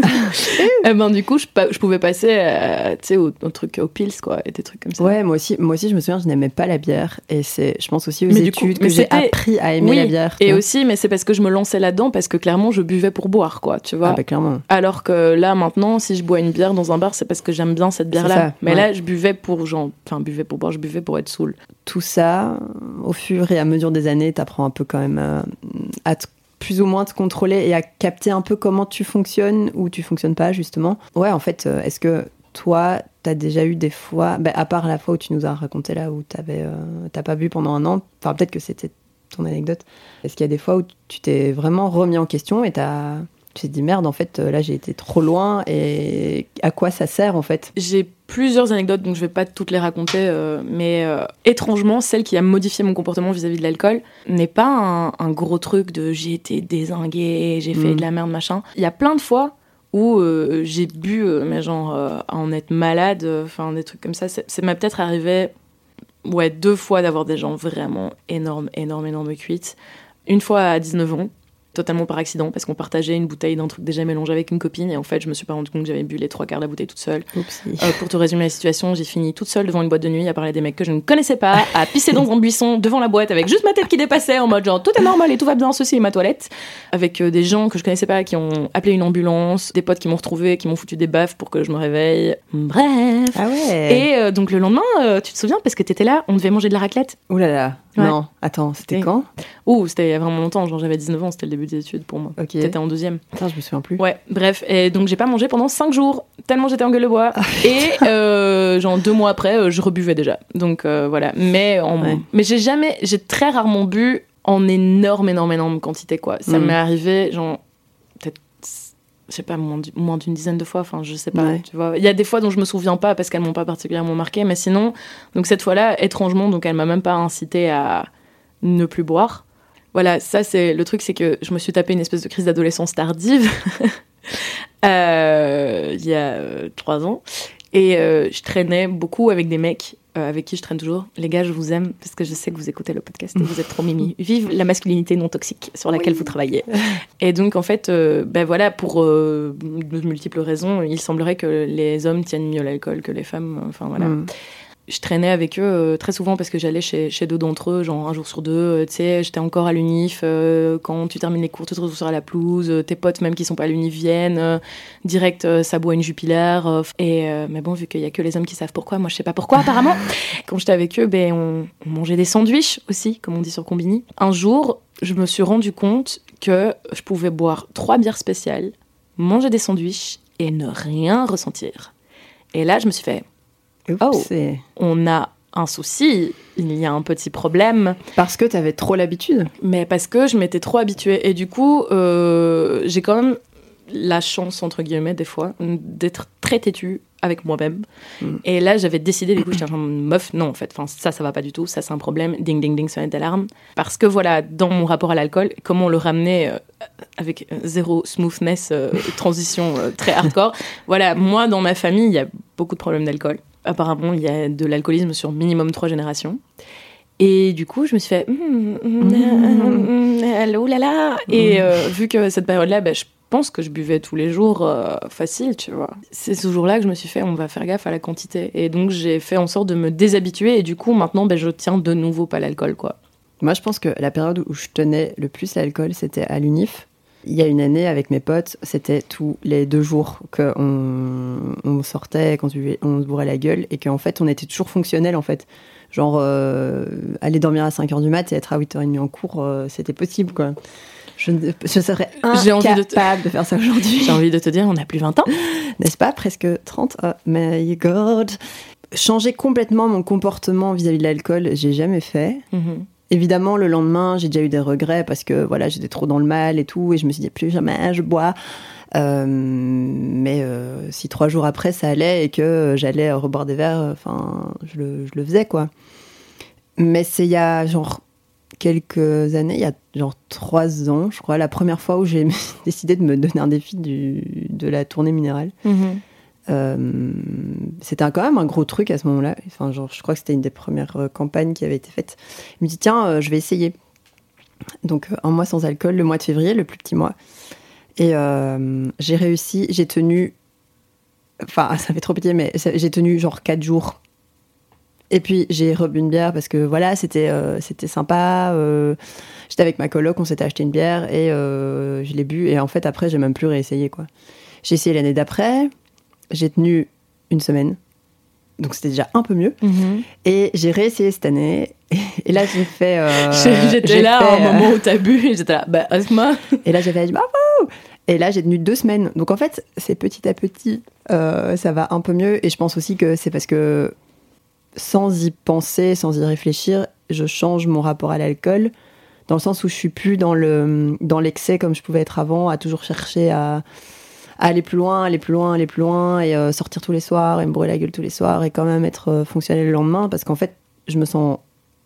et ben du coup, je, je pouvais passer euh, au, au truc, au pils, quoi, et des trucs comme ça. Ouais, moi aussi, moi aussi, je me souviens, je n'aimais pas la bière. Et c'est, je pense aussi aux mais études coup, que j'ai appris à aimer oui, la bière. Et aussi, mais c'est parce que je me lançais là-dedans, parce que clairement, je buvais pour boire, quoi, tu vois. Ah bah clairement. Alors que là, maintenant, si je bois une bière dans un bar, c'est parce que j'aime bien cette bière-là. Ça, mais ouais. Là, je buvais pour, genre, enfin, buvais pour boire, je buvais pour être saoul. Tout ça, au fur et à mesure des années, t'apprends un peu quand même euh, à te plus ou moins te contrôler et à capter un peu comment tu fonctionnes ou tu fonctionnes pas, justement. Ouais, en fait, euh, est-ce que toi, t'as déjà eu des fois, bah, à part la fois où tu nous as raconté là où t'avais, euh, t'as pas bu pendant un an, enfin peut-être que c'était ton anecdote, est-ce qu'il y a des fois où tu t'es vraiment remis en question et t'as, tu t'es dit merde, en fait, là j'ai été trop loin et à quoi ça sert en fait? J'ai plusieurs anecdotes, donc je vais pas toutes les raconter, euh, mais euh, étrangement, celle qui a modifié mon comportement vis-à-à-vis de l'alcool n'est pas un, un gros truc de j'ai été dézinguée, j'ai fait mmh. de la merde, machin. Il y a plein de fois où euh, j'ai bu, euh, mais genre euh, à en être malade, enfin euh, des trucs comme ça. C'est, c'est m'a peut-être arrivé, ouais, deux fois d'avoir des gens vraiment énormes, énormes, énormes cuites. Une fois à dix-neuf ans. Totalement par accident, parce qu'on partageait une bouteille d'un truc déjà mélangé avec une copine, et en fait, je me suis pas rendu compte que j'avais bu les trois quarts de la bouteille toute seule. Euh, pour te résumer la situation, j'ai fini toute seule devant une boîte de nuit à parler des mecs que je ne connaissais pas, à pisser dans un buisson devant la boîte avec juste ma tête qui dépassait en mode genre tout est normal et tout va bien, ceci est ma toilette, avec euh, des gens que je connaissais pas qui ont appelé une ambulance, des potes qui m'ont retrouvée, qui m'ont foutu des baffes pour que je me réveille. Bref. Ah ouais. Et euh, donc le lendemain, euh, tu te souviens, parce que t'étais là, on devait manger de la raclette. Ouh là là. Ouais. Non, attends, c'était et... quand? Ouh, c'était il y a vraiment longtemps, genre j'avais dix-neuf ans, c'était le début des études pour moi. Okay. T'étais en deuxième. Attends, je me souviens plus. Ouais, bref, et donc j'ai pas mangé pendant cinq jours, tellement j'étais en gueule de bois. Et euh, genre deux mois après, euh, je rebuvais déjà. Donc euh, voilà, mais, en... ouais. mais j'ai jamais, j'ai très rarement bu en énorme, énorme, énorme quantité, quoi. Ça mmh. m'est arrivé, genre, peut-être, je sais pas, moins, moins d'une dizaine de fois, enfin, je sais pas, ouais. tu vois. Il y a des fois dont je me souviens pas parce qu'elles m'ont pas particulièrement marqué, mais sinon, donc cette fois-là, étrangement, donc elle m'a même pas incité à ne plus boire. Voilà, ça, c'est le truc, c'est que je me suis tapé une espèce de crise d'adolescence tardive euh, il y a euh, trois ans. Et euh, je traînais beaucoup avec des mecs euh, avec qui je traîne toujours. Les gars, je vous aime parce que je sais que vous écoutez le podcast et vous êtes trop mimi. Vive la masculinité non toxique sur laquelle oui. vous travaillez. Et donc, en fait, euh, ben voilà, pour euh, de multiples raisons, il semblerait que les hommes tiennent mieux l'alcool que les femmes. Enfin, voilà. Mm. Je traînais avec eux euh, très souvent parce que j'allais chez, chez deux d'entre eux, genre un jour sur deux. Euh, tu sais, j'étais encore à l'unif. Euh, quand tu termines les cours, tu te retrouves sur la pelouse. Euh, tes potes, même qui sont pas à l'unif, viennent. Euh, direct, euh, ça boit une Jupiler. Euh, et, euh, mais bon, vu qu'il y a que les hommes qui savent pourquoi, moi je sais pas pourquoi apparemment. Quand j'étais avec eux, ben, on, on mangeait des sandwichs aussi, comme on dit sur Combini. Un jour, je me suis rendu compte que je pouvais boire trois bières spéciales, manger des sandwichs et ne rien ressentir. Et là, je me suis fait... Oh, on a un souci, il y a un petit problème. Parce que t'avais trop l'habitude. Mais parce que je m'étais trop habituée. Et du coup, euh, j'ai quand même la chance, entre guillemets, des fois, d'être très têtue avec moi-même. Mm. Et là, j'avais décidé, du coup, j'étais une meuf, non, en fait, enfin, ça, ça va pas du tout, ça, c'est un problème, ding, ding, ding, sonnette d'alarme. Parce que, voilà, dans mon rapport à l'alcool, comment le ramener euh, avec zéro smoothness, euh, transition euh, très hardcore. Voilà, moi, dans ma famille, il y a beaucoup de problèmes d'alcool. Apparemment, il y a de l'alcoolisme sur minimum trois générations. Et du coup, je me suis fait mm, mm, mm, oh là là. Et euh, vu que cette période-là, bah, je pense que je buvais tous les jours euh, facile, tu vois. C'est ce jour-là que je me suis fait, on va faire gaffe à la quantité. Et donc, j'ai fait en sorte de me déshabituer. Et du coup, maintenant, bah, je tiens de nouveau pas l'alcool, quoi. Moi, je pense que la période où je tenais le plus l'alcool, c'était à l'UNIF. Il y a une année, avec mes potes, c'était tous les deux jours qu'on on sortait, quand on se bourrait la gueule, et qu'en fait, on était toujours fonctionnels, en fait. Genre, euh, aller dormir à cinq heures du mat et être à huit heures trente en cours, euh, c'était possible, quoi. Je, ne, je serais incapable de, te... de faire ça aujourd'hui. J'ai envie de te dire, on n'a plus vingt ans. N'est-ce pas ? Presque trente. Oh my God. Changer complètement mon comportement vis-à-vis de l'alcool, j'ai jamais fait. Mm-hmm. Évidemment, le lendemain, j'ai déjà eu des regrets parce que voilà, j'étais trop dans le mal et tout, et je me suis dit plus jamais je bois. Euh, mais euh, si trois jours après ça allait et que j'allais reboire des verres, enfin, je le, je le faisais, quoi. Mais c'est il y a genre quelques années, il y a genre trois ans, je crois, la première fois où j'ai décidé de me donner un défi du, de la tournée minérale. Mm-hmm. Euh, c'était quand même un gros truc à ce moment-là. Enfin, genre, je crois que c'était une des premières euh, campagnes qui avait été faite. Je me dis tiens, euh, je vais essayer. Donc euh, un mois sans alcool, le mois de février, le plus petit mois. Et euh, j'ai réussi, j'ai tenu. Enfin, ça fait trop pitié, mais j'ai tenu genre quatre jours. Et puis j'ai rebu une bière parce que voilà, c'était euh, c'était sympa. Euh, j'étais avec ma coloc, on s'était acheté une bière et euh, je l'ai bu. Et en fait, après, j'ai même plus réessayé, quoi. J'ai essayé l'année d'après. J'ai tenu une semaine, donc c'était déjà un peu mieux. Mm-hmm. Et j'ai réessayé cette année. Et là, j'ai fait. Euh, j'étais j'ai là fait, à un moment où t'as bu, et j'étais là, bah, Asma. Et là, j'avais dit bravo. Et là, j'ai tenu deux semaines. Donc en fait, c'est petit à petit, euh, ça va un peu mieux. Et je pense aussi que c'est parce que sans y penser, sans y réfléchir, je change mon rapport à l'alcool, dans le sens où je suis plus dans le dans l'excès comme je pouvais être avant, à toujours chercher à. à aller plus loin, aller plus loin, aller plus loin, et euh, sortir tous les soirs, et me brûler la gueule tous les soirs, et quand même être euh, fonctionnel le lendemain, parce qu'en fait, je me sens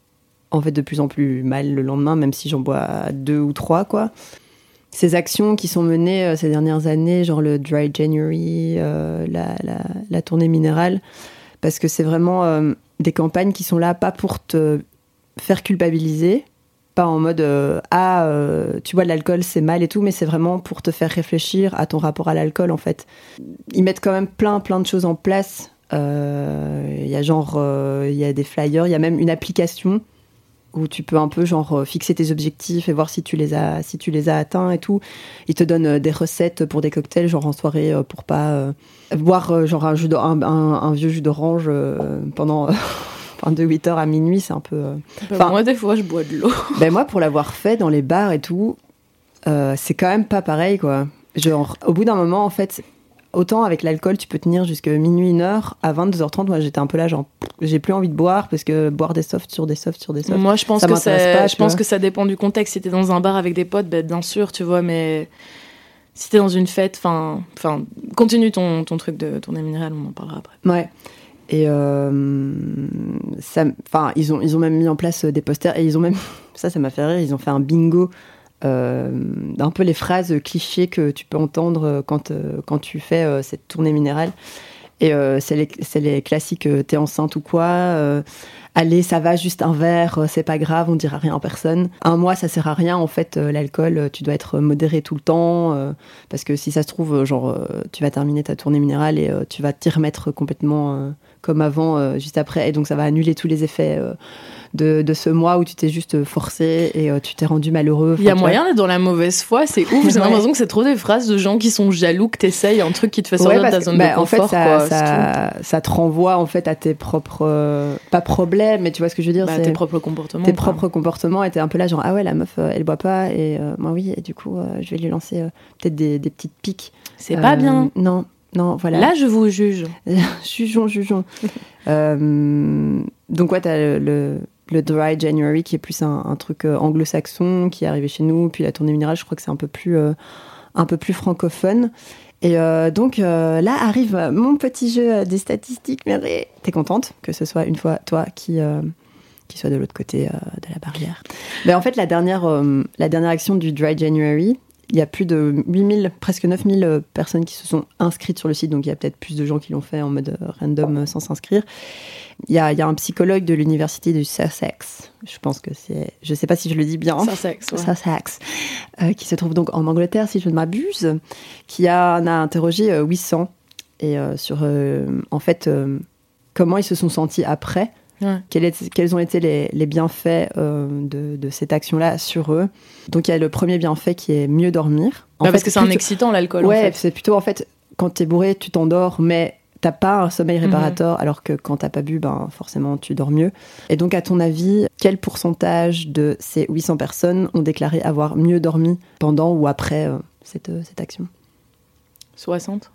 en fait de plus en plus mal le lendemain, même si j'en bois deux ou trois, quoi. Ces actions qui sont menées euh, ces dernières années, genre le Dry January, euh, la, la, la tournée minérale, parce que c'est vraiment euh, des campagnes qui sont là, pas pour te faire culpabiliser, pas en mode euh, ah euh, tu bois de l'alcool c'est mal et tout, mais c'est vraiment pour te faire réfléchir à ton rapport à l'alcool, en fait. Ils mettent quand même plein plein de choses en place. Il euh, y a genre il euh, y a des flyers, il y a même une application où tu peux un peu genre fixer tes objectifs et voir si tu les as si tu les as atteints et tout. Ils te donnent des recettes pour des cocktails genre en soirée pour pas euh, boire euh, genre un jus de, un, un, un vieux jus d'orange euh, pendant Enfin, de huit heures à minuit, c'est un peu... Euh... Bah, moi, des fois, je bois de l'eau. Ben moi, pour l'avoir fait dans les bars et tout, euh, c'est quand même pas pareil, quoi. Genre, au bout d'un moment, en fait, autant avec l'alcool, tu peux tenir jusqu'à minuit, une heure. À vingt-deux heures trente, moi, j'étais un peu là, genre, j'ai plus envie de boire, parce que boire des softs sur des softs sur des softs, moi, je pense ça que m'intéresse ça, pas. Je pense vois. que ça dépend du contexte. Si t'es dans un bar avec des potes, ben, bien sûr, tu vois, mais... Si t'es dans une fête, enfin... Continue ton, ton truc de tournée minérale, on en parlera après. Ouais. Et euh, ça, enfin, ils ont, ils ont même mis en place des posters, et ils ont même, ça, ça m'a fait rire, ils ont fait un bingo, euh, un peu les phrases clichés que tu peux entendre quand, euh, quand tu fais euh, cette tournée minérale. Et euh, c'est, les, c'est les classiques, euh, t'es enceinte ou quoi, euh, allez, ça va, juste un verre, c'est pas grave, on dira rien à personne. Un mois, ça sert à rien, en fait, euh, l'alcool, tu dois être modéré tout le temps, euh, parce que si ça se trouve, genre, euh, tu vas terminer ta tournée minérale et euh, tu vas t'y remettre complètement... Euh, comme avant, euh, juste après, et donc ça va annuler tous les effets euh, de, de ce mois où tu t'es juste forcé et euh, tu t'es rendu malheureux. Il y a moyen d'être dans la mauvaise foi, c'est ouf. J'ai ouais. l'impression que c'est trop des phrases de gens qui sont jaloux que t'essayes un truc qui te fait sortir ouais, de ta zone bah, de confort. En fait, ça, quoi, ça, ça te renvoie en fait à tes propres, euh, pas problèmes, mais tu vois ce que je veux dire, bah, c'est tes propres comportements. Tes quoi. propres comportements, et t'es un peu là genre ah ouais, la meuf euh, elle boit pas, et euh, moi oui, et du coup euh, je vais lui lancer euh, peut-être des, des petites piques. C'est euh, pas bien. Non. Non, voilà. Là, je vous juge. jugeons, jugeons. euh, donc, ouais, t'as le, le, le Dry January qui est plus un, un truc euh, anglo-saxon qui est arrivé chez nous. Puis la tournée minérale, je crois que c'est un peu plus, euh, un peu plus francophone. Et euh, donc, euh, là arrive mon petit jeu des statistiques. Mais t'es contente que ce soit une fois toi qui, euh, qui soit de l'autre côté euh, de la barrière. Ben, en fait, la dernière, euh, la dernière action du Dry January, il y a plus de huit mille, presque neuf mille personnes qui se sont inscrites sur le site, donc il y a peut-être plus de gens qui l'ont fait en mode random sans s'inscrire. Il y a, il y a un psychologue de l'université du Sussex, je pense que c'est, je sais pas si je le dis bien, Sussex, ouais. Sussex euh, qui se trouve donc en Angleterre, si je ne m'abuse, qui a, a interrogé euh, huit cents et euh, sur euh, en fait euh, comment ils se sont sentis après. Ouais. Quels, est, quels ont été les, les bienfaits euh, de, de cette action-là sur eux. Donc il y a le premier bienfait qui est mieux dormir. En bah fait, parce que c'est plutôt... un excitant l'alcool. Ouais, en fait. C'est plutôt en fait quand t'es bourré, tu t'endors, mais t'as pas un sommeil réparateur, mmh. alors que quand t'as pas bu, ben forcément tu dors mieux. Et donc à ton avis, quel pourcentage de ces huit cents personnes ont déclaré avoir mieux dormi pendant ou après euh, cette, euh, cette action? soixante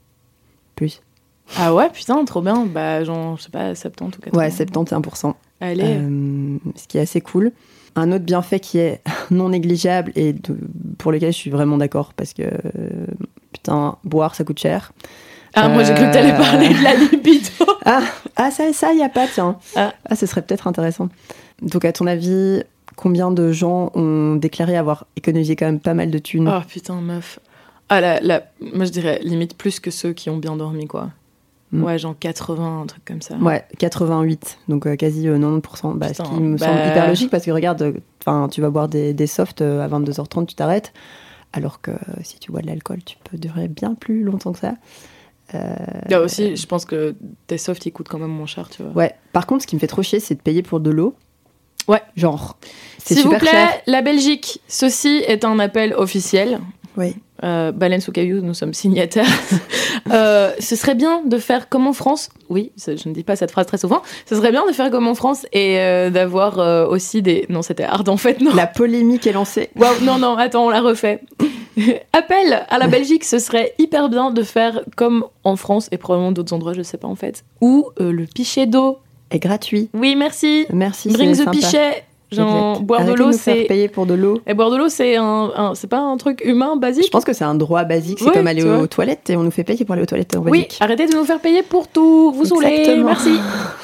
Plus. Ah ouais, putain, trop bien. Bah, genre, je sais pas, soixante-dix ou quatre-vingts. Ouais, soixante et un pour cent. Allez. Euh, ce qui est assez cool. Un autre bienfait qui est non négligeable et de, pour lequel je suis vraiment d'accord parce que, euh, putain, boire, ça coûte cher. Ah, euh... moi, j'ai cru que t'allais parler de la libido. ah, ah, ça, ça, y a pas, tiens. Ah. ah, ce serait peut-être intéressant. Donc, à ton avis, combien de gens ont déclaré avoir économisé quand même pas mal de thunes? Oh, putain, meuf. Ah, la, la... moi, je dirais limite plus que ceux qui ont bien dormi, quoi. Ouais, genre quatre-vingts, un truc comme ça. Ouais, quatre-vingt-huit, donc euh, quasi euh, quatre-vingt-dix pour cent. Bah, Putain, ce qui me bah... semble hyper logique parce que regarde, euh, tu vas boire des, des softs euh, à vingt-deux heures trente, tu t'arrêtes. Alors que euh, si tu bois de l'alcool, tu peux durer bien plus longtemps que ça. Euh... Là aussi, je pense que tes softs, ils coûtent quand même moins cher, tu vois. Ouais, par contre, ce qui me fait trop chier, c'est de payer pour de l'eau. Ouais. Genre, c'est S'il super vous plaît, cher. La Belgique, ceci est un appel officiel. Oui. Euh, Baleine sous caillou, nous sommes signataires. euh, ce serait bien de faire comme en France. Oui, je ne dis pas cette phrase très souvent. Ce serait bien de faire comme en France et euh, d'avoir euh, aussi des... Non, c'était hard en fait, non. La polémique est lancée. Wow, non, non, attends, on la refait. Appel à la Belgique, ce serait hyper bien de faire comme en France et probablement d'autres endroits, je sais pas en fait, où euh, le pichet d'eau est gratuit. Oui, merci. Merci, Bring the c'est sympa. Pichet. Genre, exact. boire Arrêtez de l'eau, de nous c'est. Faire payer pour de l'eau. Et boire de l'eau, c'est un, un, c'est pas un truc humain basique. Je pense que c'est un droit basique. C'est ouais, comme aller aux vois. toilettes et on nous fait payer pour aller aux toilettes en Oui, Belgique. arrêtez de nous faire payer pour tout. Vous saoulez. Merci.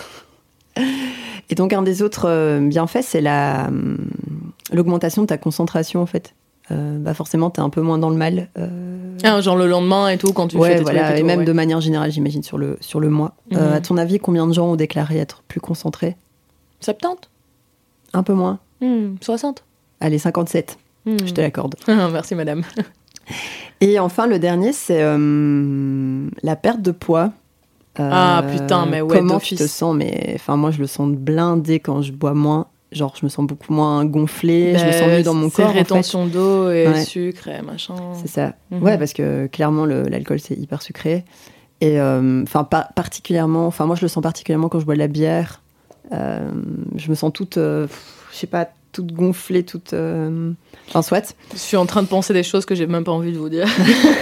Et donc, un des autres euh, bienfaits, c'est la, euh, l'augmentation de ta concentration, en fait. Euh, bah forcément, t'es un peu moins dans le mal. Euh... Ah, genre le lendemain et tout, quand tu ouais, fais tes voilà, trucs et, et tout, même ouais. de manière générale, j'imagine, sur le, sur le mois. Mm-hmm. Euh, à ton avis, combien de gens ont déclaré être plus concentrés? soixante-dix. Un peu moins. Mmh, soixante. Allez, cinquante-sept. Mmh. Je te l'accorde. Merci, madame. Et enfin, le dernier, c'est euh, la perte de poids. Euh, ah, putain, mais ouais, comment d'office. tu te sens? Mais enfin, moi, je le sens blindé quand je bois moins. Genre, je me sens beaucoup moins gonflée, bah, je me sens mieux dans mon corps. C'est rétention en fait. d'eau et ouais. sucre et machin. C'est ça. Mm-hmm. Ouais, parce que clairement, le, l'alcool, c'est hyper sucré. Et enfin, euh, par- particulièrement, enfin, moi, je le sens particulièrement quand je bois de la bière. Euh, je me sens toute, euh, je sais pas, toute gonflée, toute. Euh... Enfin, soit. Je suis en train de penser des choses que j'ai même pas envie de vous dire.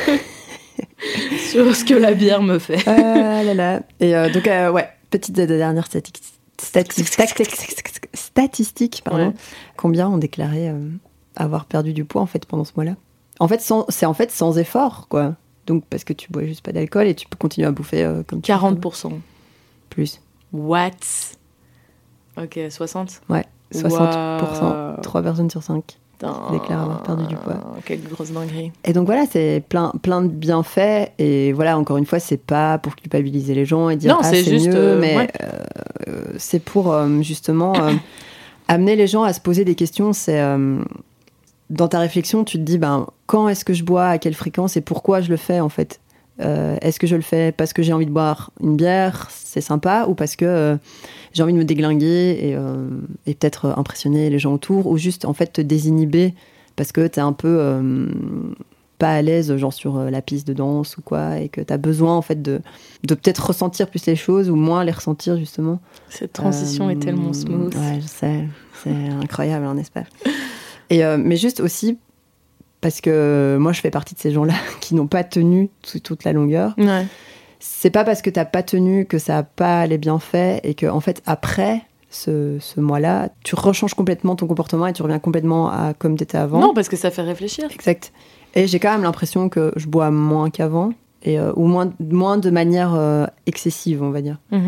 Sur ce que la bière me fait. Ah là là. Et euh, donc, euh, ouais, petite dernière statistique. Statistique, statistique pardon. Ouais. Combien ont déclaré euh, avoir perdu du poids en fait pendant ce mois-là? En fait, sans, c'est en fait sans effort, quoi. Donc parce que tu bois juste pas d'alcool et tu peux continuer à bouffer euh, comme quarante pour cent. Plus. What? Ok, soixante. Ouais, soixante pour cent. Wow. trois personnes sur cinq déclarent avoir perdu du poids. Quelle grosse dinguerie. Et donc voilà, c'est plein, plein de bienfaits. Et voilà, encore une fois, c'est pas pour culpabiliser les gens et dire non, ah, c'est, c'est juste, mieux, euh, mais ouais. euh, c'est pour euh, justement euh, amener les gens à se poser des questions. C'est euh, dans ta réflexion, tu te dis ben, quand est-ce que je bois, à quelle fréquence et pourquoi je le fais en fait. Euh, est-ce que je le fais parce que j'ai envie de boire une bière, c'est sympa, ou parce que euh, j'ai envie de me déglinguer et, euh, et peut-être impressionner les gens autour, ou juste en fait te désinhiber parce que t'es un peu euh, pas à l'aise genre sur euh, la piste de danse ou quoi, et que t'as besoin en fait de, de peut-être ressentir plus les choses ou moins les ressentir justement. Cette transition euh, est tellement smooth. Ouais, je sais, c'est incroyable, hein, n'est-ce pas? Et, euh, mais juste aussi parce que moi je fais partie de ces gens-là qui n'ont pas tenu toute, toute la longueur. Ouais. C'est pas parce que t'as pas tenu que ça a pas les bienfaits, et que en fait après ce, ce mois-là, tu rechanges complètement ton comportement et tu reviens complètement à comme t'étais avant. Non, parce que ça fait réfléchir. Exact. Et j'ai quand même l'impression que je bois moins qu'avant, et, euh, ou moins, moins de manière euh, excessive, on va dire. Mm-hmm.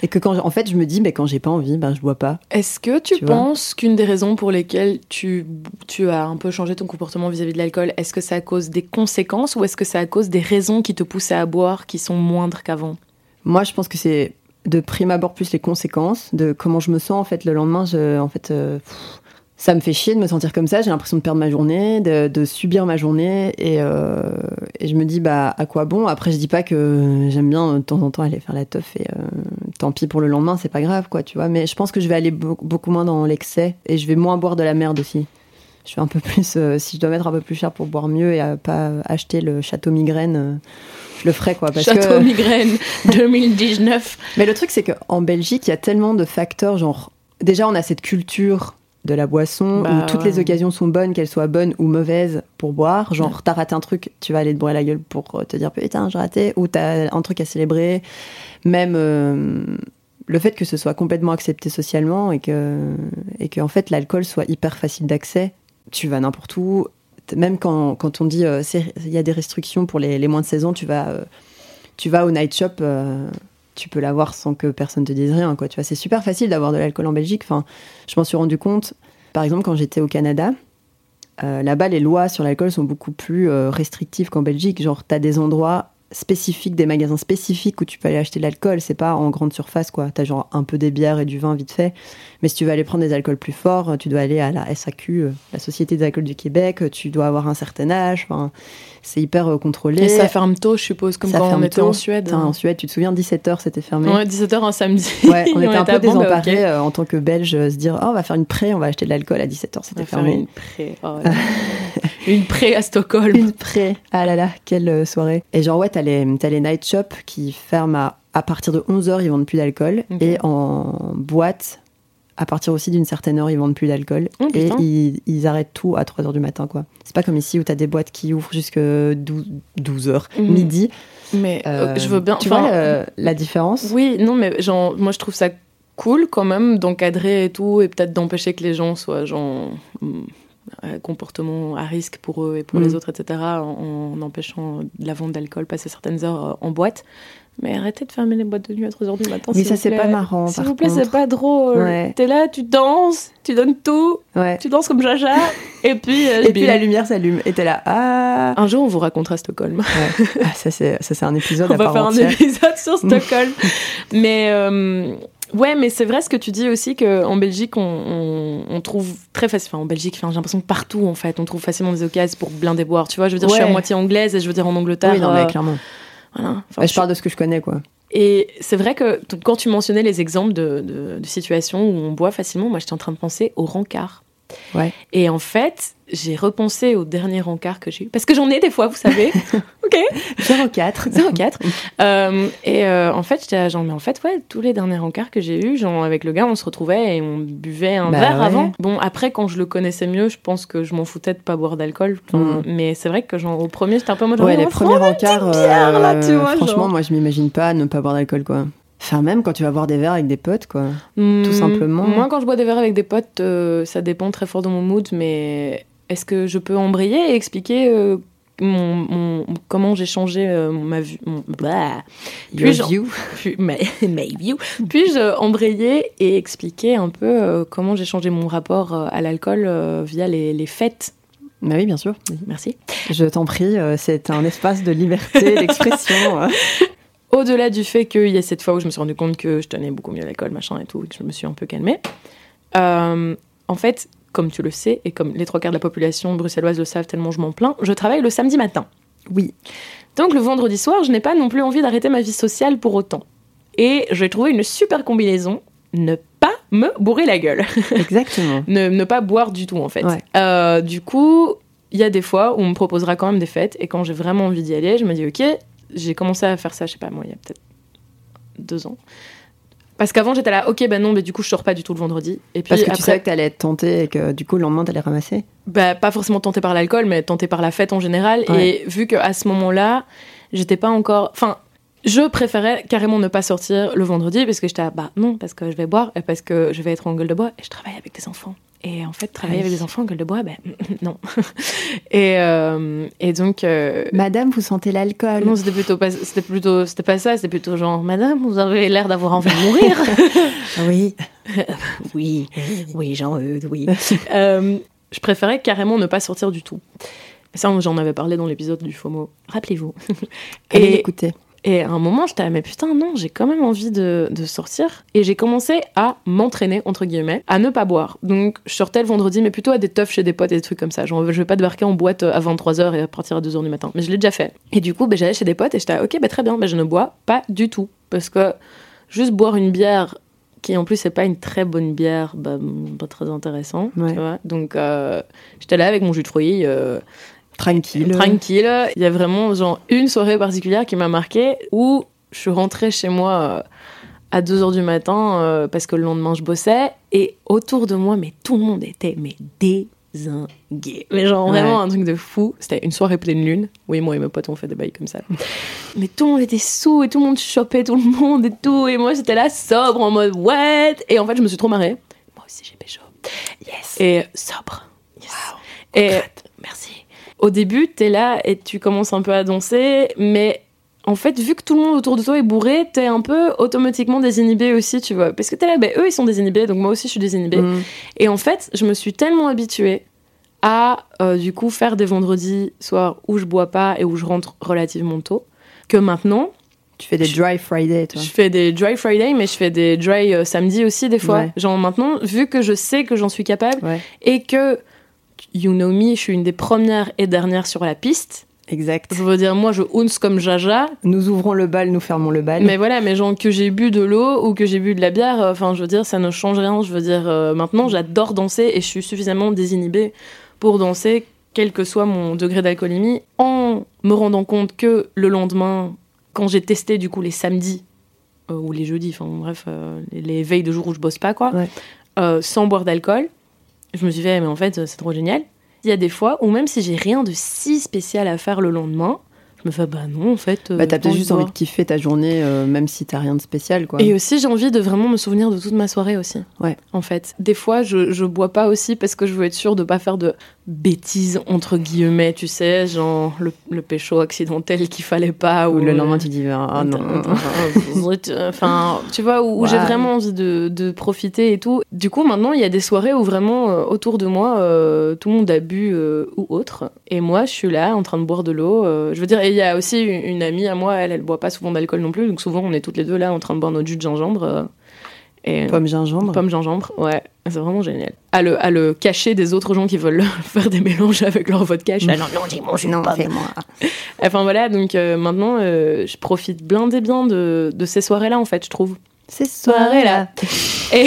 Et que quand, en fait, je me dis, mais quand j'ai pas envie, ben je bois pas. Est-ce que tu, Tu penses vois qu'une des raisons pour lesquelles tu, tu as un peu changé ton comportement vis-à-vis de l'alcool, est-ce que c'est à cause des conséquences ou est-ce que c'est à cause des raisons qui te poussaient à boire qui sont moindres qu'avant? Moi, je pense que c'est de prime abord plus les conséquences de comment je me sens. En fait, le lendemain, je, en fait, euh, pff, ça me fait chier de me sentir comme ça. J'ai l'impression de perdre ma journée, de, de subir ma journée. Et, euh, et je me dis, bah, à quoi bon? Après, je dis pas que j'aime bien de temps en temps aller faire la teuf et euh, tant pis pour le lendemain, c'est pas grave, quoi, tu vois. Mais je pense que je vais aller be- beaucoup moins dans l'excès et je vais moins boire de la merde aussi. Je fais un peu plus, euh, si je dois mettre un peu plus cher pour boire mieux et à pas acheter le Château Migraine, euh, je le ferai, quoi. Parce Château que... Migraine deux mille dix-neuf. Mais le truc, c'est qu'en Belgique, il y a tellement de facteurs, genre, déjà, on a cette culture de la boisson bah, où toutes ouais. les occasions sont bonnes, qu'elles soient bonnes ou mauvaises pour boire. Genre, ouais. T'as raté un truc, tu vas aller te boire la gueule pour te dire putain, j'ai raté, ou t'as un truc à célébrer. Même euh, le fait que ce soit complètement accepté socialement et que, et que en fait, l'alcool soit hyper facile d'accès. Tu vas n'importe où, même quand, quand on dit il euh, y a des restrictions pour les, les moins de seize ans, tu vas, euh, tu vas au night shop, euh, tu peux l'avoir sans que personne te dise rien, quoi. Tu vois, c'est super facile d'avoir de l'alcool en Belgique. Enfin, je m'en suis rendu compte, par exemple, quand j'étais au Canada, euh, là-bas, les lois sur l'alcool sont beaucoup plus euh, restrictives qu'en Belgique. Genre, t'as des endroits spécifiques, des magasins spécifiques où tu peux aller acheter de l'alcool. C'est pas en grande surface, quoi. T'as genre un peu des bières et du vin vite fait. Mais si tu veux aller prendre des alcools plus forts, tu dois aller à la S A Q, euh, la Société des alcools du Québec. Tu dois avoir un certain âge. Enfin, c'est hyper euh, contrôlé. Et ça ferme tôt, je suppose, comme ça quand on était tôt. en Suède. Putain, en Suède, tu te souviens, dix-sept heures, c'était fermé. Ouais, dix-sept heures un samedi. Ouais, on était on un peu bon, désemparés bah, okay. euh, en tant que Belges, euh, se dire oh, on va faire une pré, on va acheter de l'alcool à dix-sept heures, c'était on va fermé. Faire une pré. Oh, là. Une pré à Stockholm. Une pré. Ah là là, quelle euh, soirée. Et genre, ouais, t'as les, t'as les night shops qui ferment à, à partir de onze heures, ils vendent plus d'alcool. Okay. Et en boîte, à partir aussi d'une certaine heure, ils vendent plus d'alcool. Oh, et ils, ils arrêtent tout à trois heures du matin, quoi. C'est pas comme ici où t'as des boîtes qui ouvrent jusqu'à douze heures, mmh. midi. Mais euh, je veux bien. Tu vois euh, la différence? Oui, non, mais genre, moi je trouve ça cool quand même d'encadrer et tout, et peut-être d'empêcher que les gens soient genre. Euh, comportement à risque pour eux et pour mmh. les autres, et cetera, en, en empêchant la vente d'alcool passer certaines heures euh, en boîte. Mais arrêtez de fermer les boîtes de nuit à trois heures du matin. Oui, ça, c'est pas marrant. S'il vous plaît, c'est pas drôle. Ouais. T'es là, tu danses, tu donnes tout, ouais. tu danses comme Jaja, et puis... Euh, et puis la lumière s'allume, et t'es là, ah... Un jour, on vous racontera Stockholm. Ouais. Ah, ça, c'est, ça, c'est un épisode on à part va faire entière. un épisode sur Stockholm. Mais... Euh, Ouais, mais c'est vrai ce que tu dis aussi qu'en Belgique, on, on, on trouve très facilement. Enfin, en Belgique, enfin, j'ai l'impression que partout, en fait, on trouve facilement des occasions pour blinder boire. Tu vois, je veux dire, ouais. je suis à moitié anglaise et je veux dire en Angleterre. Oui, non, mais euh, clairement. Voilà. Enfin, ouais, je, je parle de ce que je connais, quoi. Et c'est vrai que quand tu mentionnais les exemples de, de, de situations où on boit facilement, moi, j'étais en train de penser au rencard. Ouais. Et en fait, j'ai repensé au dernier rencard que j'ai eu. Parce que j'en ai des fois, vous savez. Ok. zéro quatre. zéro quatre. euh, et euh, en fait, j'étais genre, mais en fait, ouais, tous les derniers rencards que j'ai eus, genre, avec le gars, on se retrouvait et on buvait un bah verre ouais. avant. Bon, après, quand je le connaissais mieux, je pense que je m'en foutais de pas boire d'alcool. Enfin, mm. Mais c'est vrai que, genre, au premier, j'étais un peu en mode. Ouais, les premiers rencards. Bière, là, tu vois, franchement, genre. moi, je m'imagine pas ne pas boire d'alcool, quoi. Enfin, même quand tu vas boire des verres avec des potes, quoi. Mmh, tout simplement. Moi, quand je bois des verres avec des potes, euh, ça dépend très fort de mon mood, mais est-ce que je peux embrayer et expliquer euh, mon, mon, comment j'ai changé euh, ma vue mon, bah, puis-je, view. Puis, my, my view. Puis-je embrayer et expliquer un peu euh, comment j'ai changé mon rapport euh, à l'alcool euh, via les, les fêtes? Bah oui, bien sûr. Merci. Je t'en prie, euh, c'est un espace de liberté, d'expression. euh. Au-delà du fait qu'il y a cette fois où je me suis rendu compte que je tenais beaucoup mieux à l'alcool, machin et tout, et que je me suis un peu calmée, euh, en fait, comme tu le sais, et comme les trois quarts de la population bruxelloise le savent tellement je m'en plains, je travaille le samedi matin. Oui. Donc le vendredi soir, je n'ai pas non plus envie d'arrêter ma vie sociale pour autant. Et j'ai trouvé une super combinaison, ne pas me bourrer la gueule. Exactement. ne, ne pas boire du tout, en fait. Ouais. Euh, du coup, il y a des fois où on me proposera quand même des fêtes, et quand j'ai vraiment envie d'y aller, je me dis, ok... J'ai commencé à faire ça, je sais pas, moi, il y a peut-être deux ans. Parce qu'avant, j'étais là, ok, bah non, mais du coup, je sors pas du tout le vendredi. Et puis, parce que après, tu savais que t'allais être tentée et que du coup, le lendemain, t'allais ramasser? Bah, pas forcément tentée par l'alcool, mais tentée par la fête en général. Ouais. Et vu qu'à ce moment-là, j'étais pas encore... Enfin, je préférais carrément ne pas sortir le vendredi parce que j'étais là, bah non, parce que je vais boire et parce que je vais être en gueule de bois et je travaille avec des enfants. Et en fait, travailler oui. avec des enfants en gueule de bois, ben non. et, euh, et donc... Euh, Madame, vous sentez l'alcool? Non, c'était plutôt pas, c'était plutôt, c'était pas ça, c'était plutôt genre, Madame, vous avez l'air d'avoir envie de mourir. Oui. oui, oui, Jean-Eudes, oui. euh, je préférais carrément ne pas sortir du tout. Ça, j'en avais parlé dans l'épisode du FOMO. Rappelez-vous. Allez l'écouter. Et à un moment, j'étais là, mais putain, non, j'ai quand même envie de, de sortir. Et j'ai commencé à m'entraîner, entre guillemets, à ne pas boire. Donc, je sortais le vendredi, mais plutôt à des teufs chez des potes et des trucs comme ça. Genre, je vais pas débarquer en boîte à vingt-trois heures et à partir à deux heures du matin. Mais je l'ai déjà fait. Et du coup, ben, j'allais chez des potes et j'étais là, ok, ben, très bien, ben, je ne bois pas du tout. Parce que juste boire une bière, qui en plus, c'est pas une très bonne bière, ben, pas très intéressant. Ouais. Tu vois. Donc, euh, j'étais là avec mon jus de fruits. Euh, Tranquille. Tranquille. Il y a vraiment genre une soirée particulière qui m'a marquée où je suis rentrée chez moi euh, à deux heures du matin euh, parce que le lendemain je bossais et autour de moi, mais tout le monde était mais dézingué. Mais genre ouais. vraiment un truc de fou. C'était une soirée pleine lune. Oui, moi et mes potes on fait des bails comme ça. Mais tout le monde était sous et tout le monde chopait tout le monde et tout. Et moi j'étais là sobre en mode what? Et en fait je me suis trop marrée. Moi aussi j'ai pécho. Yes. Et sobre. Yes. Wow. Et merci. Au début, t'es là et tu commences un peu à danser, mais en fait, vu que tout le monde autour de toi est bourré, t'es un peu automatiquement désinhibé aussi, tu vois. Parce que t'es là, ben, eux, ils sont désinhibés, donc moi aussi, je suis désinhibée. Mmh. Et en fait, je me suis tellement habituée à, euh, du coup, faire des vendredis soirs où je bois pas et où je rentre relativement tôt, que maintenant... Tu fais des dry Friday, toi. Je fais des dry Friday, mais je fais des dry euh, samedi aussi, des fois. Ouais. Genre maintenant, vu que je sais que j'en suis capable ouais. et que... You know me, je suis une des premières et dernières sur la piste. Exact. Je veux dire, moi, je ounce comme Jaja. Nous ouvrons le bal, nous fermons le bal. Mais voilà, mais genre que j'ai bu de l'eau ou que j'ai bu de la bière, enfin, euh, je veux dire, ça ne change rien. Je veux dire, euh, maintenant, j'adore danser et je suis suffisamment désinhibée pour danser, quel que soit mon degré d'alcoolémie, en me rendant compte que le lendemain, quand j'ai testé, du coup, les samedis, euh, ou les jeudis, enfin, bref, euh, les, les veilles de jour où je bosse pas, quoi, ouais. euh, sans boire d'alcool, je me suis fait, mais en fait, c'est trop génial. Il y a des fois où même si j'ai rien de si spécial à faire le lendemain, je me fais, bah non, en fait... Bah t'as peut-être juste envie de kiffer ta journée, euh, même si t'as rien de spécial, quoi. Et aussi, j'ai envie de vraiment me souvenir de toute ma soirée aussi. Ouais. En fait. Des fois, je, je bois pas aussi parce que je veux être sûre de pas faire de bêtises, entre guillemets, tu sais, genre le, le pécho accidentel qu'il fallait pas. Ou ou le lendemain, tu dis, ah oh, non. Enfin, tu vois, où, où ouais. j'ai vraiment envie de, de profiter et tout. Du coup, maintenant, il y a des soirées où vraiment, euh, autour de moi, euh, tout le monde a bu euh, ou autre. Et moi, je suis là, en train de boire de l'eau. Euh, je veux dire, il y a aussi une, une amie à moi, elle, elle boit pas souvent d'alcool non plus. Donc souvent, on est toutes les deux là, en train de boire notre jus de gingembre. Euh, et, pomme gingembre. Pomme gingembre, ouais. C'est vraiment génial. À le, à le cacher des autres gens qui veulent faire des mélanges avec leur vodka. Je suis là, non, non, dis mon jus de pomme. C'est moi. Enfin voilà, donc euh, maintenant, euh, je profite blindé bien de, de ces soirées-là, en fait, je trouve. Ces soirées-là. Et,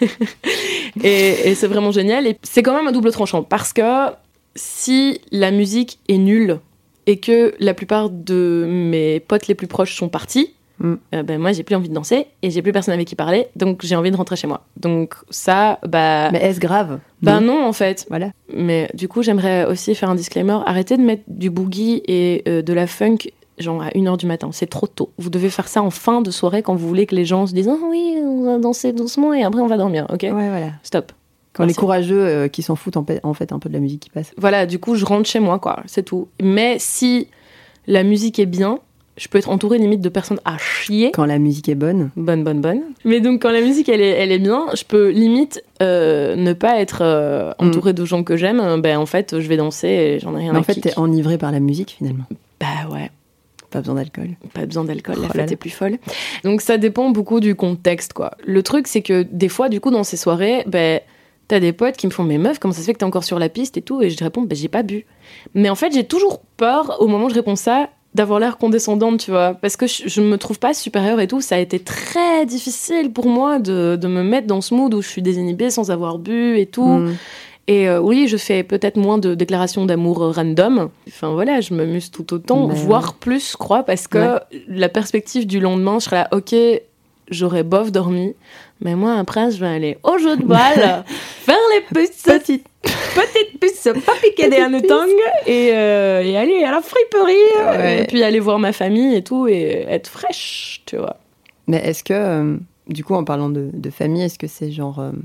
et, et c'est vraiment génial. Et c'est quand même un double tranchant. Parce que si la musique est nulle et que la plupart de mes potes les plus proches sont partis, Mm. Euh, ben moi j'ai plus envie de danser et j'ai plus personne avec qui parler, donc j'ai envie de rentrer chez moi. Donc ça, bah. Mais est-ce grave? Bah non. non en fait. Voilà. Mais du coup j'aimerais aussi faire un disclaimer. Arrêtez de mettre du boogie et euh, de la funk genre à une heure du matin. C'est trop tôt. Vous devez faire ça en fin de soirée quand vous voulez que les gens se disent ah oh, oui on va danser doucement et après on va dormir. Ok. Ouais voilà. Stop. Quand Merci. Les courageux euh, qui s'en foutent en, pa- en fait un peu de la musique qui passe. Voilà. Du coup je rentre chez moi quoi. C'est tout. Mais si la musique est bien. Je peux être entourée limite de personnes à chier. Quand la musique est bonne. Bonne, bonne, bonne. Mais donc, quand la musique, elle est, elle est bien, je peux limite euh, ne pas être euh, entourée mm. de gens que j'aime. Ben, en fait, je vais danser et j'en ai rien Mais à en fait, kick. t'es enivrée par la musique, finalement. Bah ouais. Pas besoin d'alcool. Pas besoin d'alcool, oh la fête est plus folle. Donc, ça dépend beaucoup du contexte, quoi. Le truc, c'est que des fois, du coup, dans ces soirées, ben... T'as des potes qui me font « Mais meuf, comment ça se fait que t'es encore sur la piste et tout ?» Et je réponds bah, « J'ai pas bu. » Mais en fait, j'ai toujours peur, au moment où je réponds ça, d'avoir l'air condescendante, tu vois. Parce que je, je me trouve pas supérieure et tout. Ça a été très difficile pour moi de, de me mettre dans ce mood où je suis désinhibée sans avoir bu et tout. Mm. Et euh, oui, je fais peut-être moins de déclarations d'amour random. Enfin voilà, je m'amuse tout autant, mais... voire plus, je crois, parce que ouais. la perspective du lendemain, je serais là « Ok, j'aurais bof dormi. » Mais moi, après, je vais aller au jeu de balle, faire les puces, petites, petites puces, pas piquer des hannetons, et, euh, et aller à la friperie, ouais. et puis aller voir ma famille et tout, et être fraîche, tu vois. Mais est-ce que, euh, du coup, en parlant de, de famille, est-ce que c'est genre euh,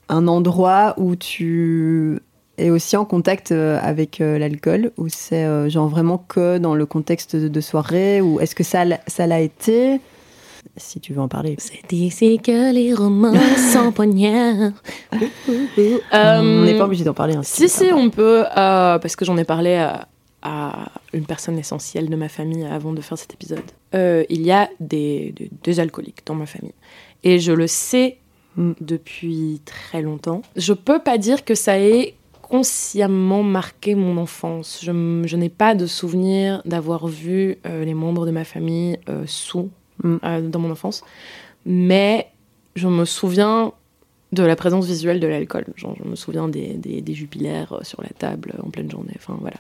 un endroit où tu es aussi en contact avec euh, l'alcool, ou c'est euh, genre vraiment que dans le contexte de, de soirée, ou est-ce que ça, ça l'a été? Si tu veux en parler. C'est ici que les romans s'empoignèrent. euh, on n'est pas obligé d'en parler. Hein, si, si, on peut, euh, parce que j'en ai parlé à, à une personne essentielle de ma famille avant de faire cet épisode. Euh, il y a des, des, des alcooliques dans ma famille. Et je le sais mm. depuis très longtemps. Je peux pas dire que ça ait consciemment marqué mon enfance. Je, je n'ai pas de souvenir d'avoir vu euh, les membres de ma famille euh, sous mm. euh, dans mon enfance. Mais je me souviens de la présence visuelle de l'alcool. Genre, je me souviens des, des, des jupilaires sur la table en pleine journée. Enfin, voilà.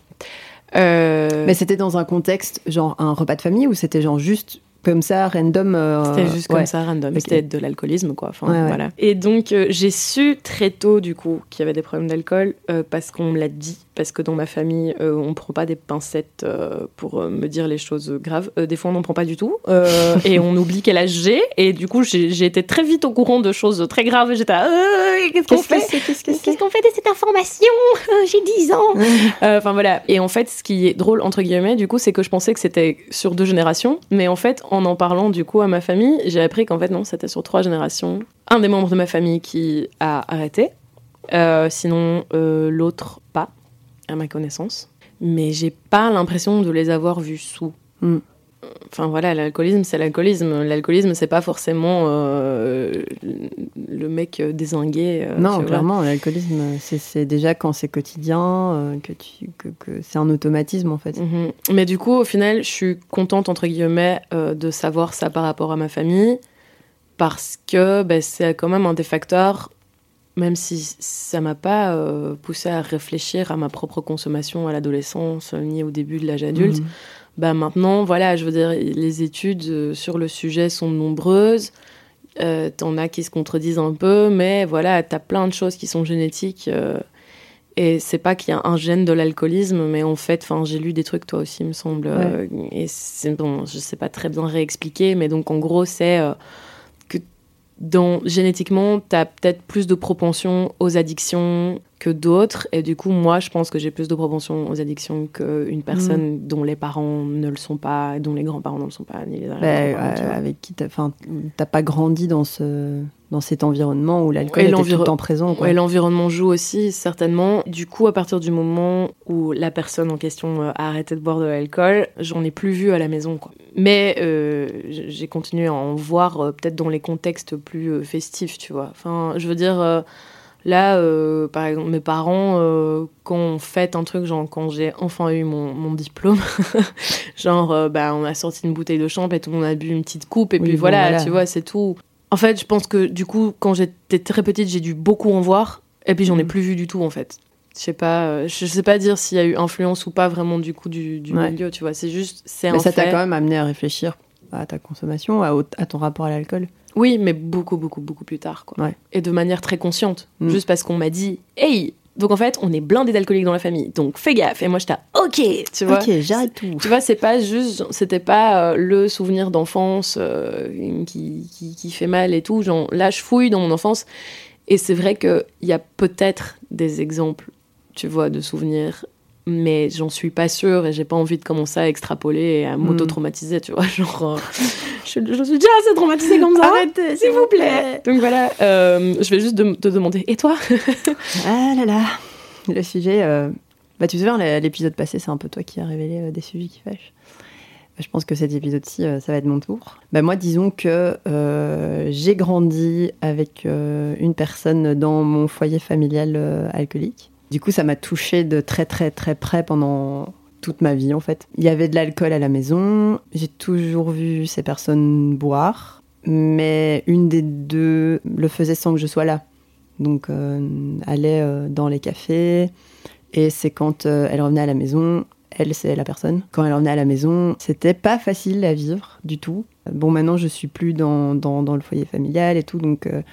Euh... Mais c'était dans un contexte, genre un repas de famille, ou c'était genre juste comme ça, random euh... C'était juste ouais. comme ça, random. Okay. C'était de l'alcoolisme, quoi. Enfin, ouais, voilà. Ouais. Et donc, euh, j'ai su très tôt, du coup, qu'il y avait des problèmes d'alcool, euh, parce qu'on me l'a dit, parce que dans ma famille, euh, on ne prend pas des pincettes euh, pour euh, me dire les choses graves. Euh, des fois, on n'en prend pas du tout. Euh, et on oublie quel âge j'ai. Et du coup, j'ai, j'ai été très vite au courant de choses très graves. Et j'étais là, euh, qu'est-ce qu'on qu'est-ce fait que c'est, qu'est-ce, que c'est qu'est-ce qu'on fait de cette information? J'ai dix ans. Enfin, euh, voilà. Et en fait, ce qui est drôle, entre guillemets, du coup, c'est que je pensais que c'était sur deux générations. Mais en fait, en en parlant, du coup, à ma famille, j'ai appris qu'en fait, non, c'était sur trois générations. Un des membres de ma famille qui a arrêté. Euh, sinon, euh, l'autre, pas, à ma connaissance. Mais j'ai pas l'impression de les avoir vus sous. Mm. Enfin voilà, l'alcoolisme, c'est l'alcoolisme. L'alcoolisme, c'est pas forcément euh, le mec dézingué. Euh, non, clairement, vois. L'alcoolisme, c'est, c'est déjà quand c'est quotidien, euh, que, tu, que, que c'est un automatisme en fait. Mm-hmm. Mais du coup, au final, je suis contente, entre guillemets, euh, de savoir ça par rapport à ma famille, parce que bah, c'est quand même un des facteurs, même si ça m'a pas euh, poussée à réfléchir à ma propre consommation à l'adolescence, ni au début de l'âge adulte. Mm. Bah maintenant, voilà, je veux dire, les études sur le sujet sont nombreuses. Euh, t'en as qui se contredisent un peu, mais voilà, t'as plein de choses qui sont génétiques. Euh, et c'est pas qu'il y a un gène de l'alcoolisme, mais en fait, enfin, j'ai lu des trucs, toi aussi, il me semble. Ouais. Euh, et c'est, bon, je sais pas très bien réexpliquer, mais donc en gros, c'est euh, que dans, génétiquement, t'as peut-être plus de propension aux addictions que d'autres, et du coup, moi, je pense que j'ai plus de propension aux addictions qu'une personne mmh. dont les parents ne le sont pas, dont les grands-parents ne le sont pas, ni les arrière-grands-parents. Bah, euh, avec qui t'as, t'as pas grandi dans, ce, dans cet environnement où l'alcool était tout le temps présent. Quoi. Et l'environnement joue aussi, certainement. Du coup, à partir du moment où la personne en question a arrêté de boire de l'alcool, j'en ai plus vu à la maison, quoi. Mais euh, j'ai continué à en voir, euh, peut-être dans les contextes plus euh, festifs, tu vois. Enfin, je veux dire... Euh, Là, euh, par exemple, mes parents, euh, quand on fête un truc, genre quand j'ai enfin eu mon, mon diplôme, genre, euh, bah, on a sorti une bouteille de champ et tout le monde a bu une petite coupe, et oui, puis bon, voilà, voilà, tu vois, c'est tout. En fait, je pense que du coup, quand j'étais très petite, j'ai dû beaucoup en voir, et puis j'en ai plus vu du tout, en fait. Je sais pas, euh, je sais pas dire s'il y a eu influence ou pas vraiment du coup du, du ouais. milieu, tu vois, c'est juste, c'est Mais un ça fait. t'a quand même amené à réfléchir à ta consommation, à, à ton rapport à l'alcool. Oui, mais beaucoup, beaucoup, beaucoup plus tard, quoi. Ouais. Et de manière très consciente. Mm. Juste parce qu'on m'a dit « Hey !» Donc en fait, on est blindés d'alcooliques dans la famille. Donc fais gaffe. Et moi, j'étais « Ok !» Tu vois. Ok, j'arrête tout. Tu vois, c'est pas juste... C'était pas euh, le souvenir d'enfance euh, qui, qui, qui fait mal et tout. Genre, là, je fouille dans mon enfance. Et c'est vrai qu'il y a peut-être des exemples, tu vois, de souvenirs... mais j'en suis pas sûre et j'ai pas envie de commencer à extrapoler et à m'auto-traumatiser, tu vois, genre, euh, je, je suis déjà assez traumatisée comme ça, arrêtez, s'il vous plaît. Donc voilà, euh, je vais juste de, te demander, et toi? Ah là là, le sujet, euh... bah tu te souviens, l'épisode passé, c'est un peu toi qui as révélé euh, des sujets qui fâchent. Bah, je pense que cet épisode-ci, euh, ça va être mon tour. Bah moi, disons que euh, j'ai grandi avec euh, une personne dans mon foyer familial euh, alcoolique. Du coup, ça m'a touchée de très, très, très près pendant toute ma vie, en fait. Il y avait de l'alcool à la maison. J'ai toujours vu ces personnes boire. Mais une des deux le faisait sans que je sois là. Donc, euh, allait euh, dans les cafés. Et c'est quand euh, elle revenait à la maison... Elle, c'est la personne. Quand elle revenait à la maison, c'était pas facile à vivre du tout. Bon, maintenant, je suis plus dans, dans, dans le foyer familial et tout, donc... Euh,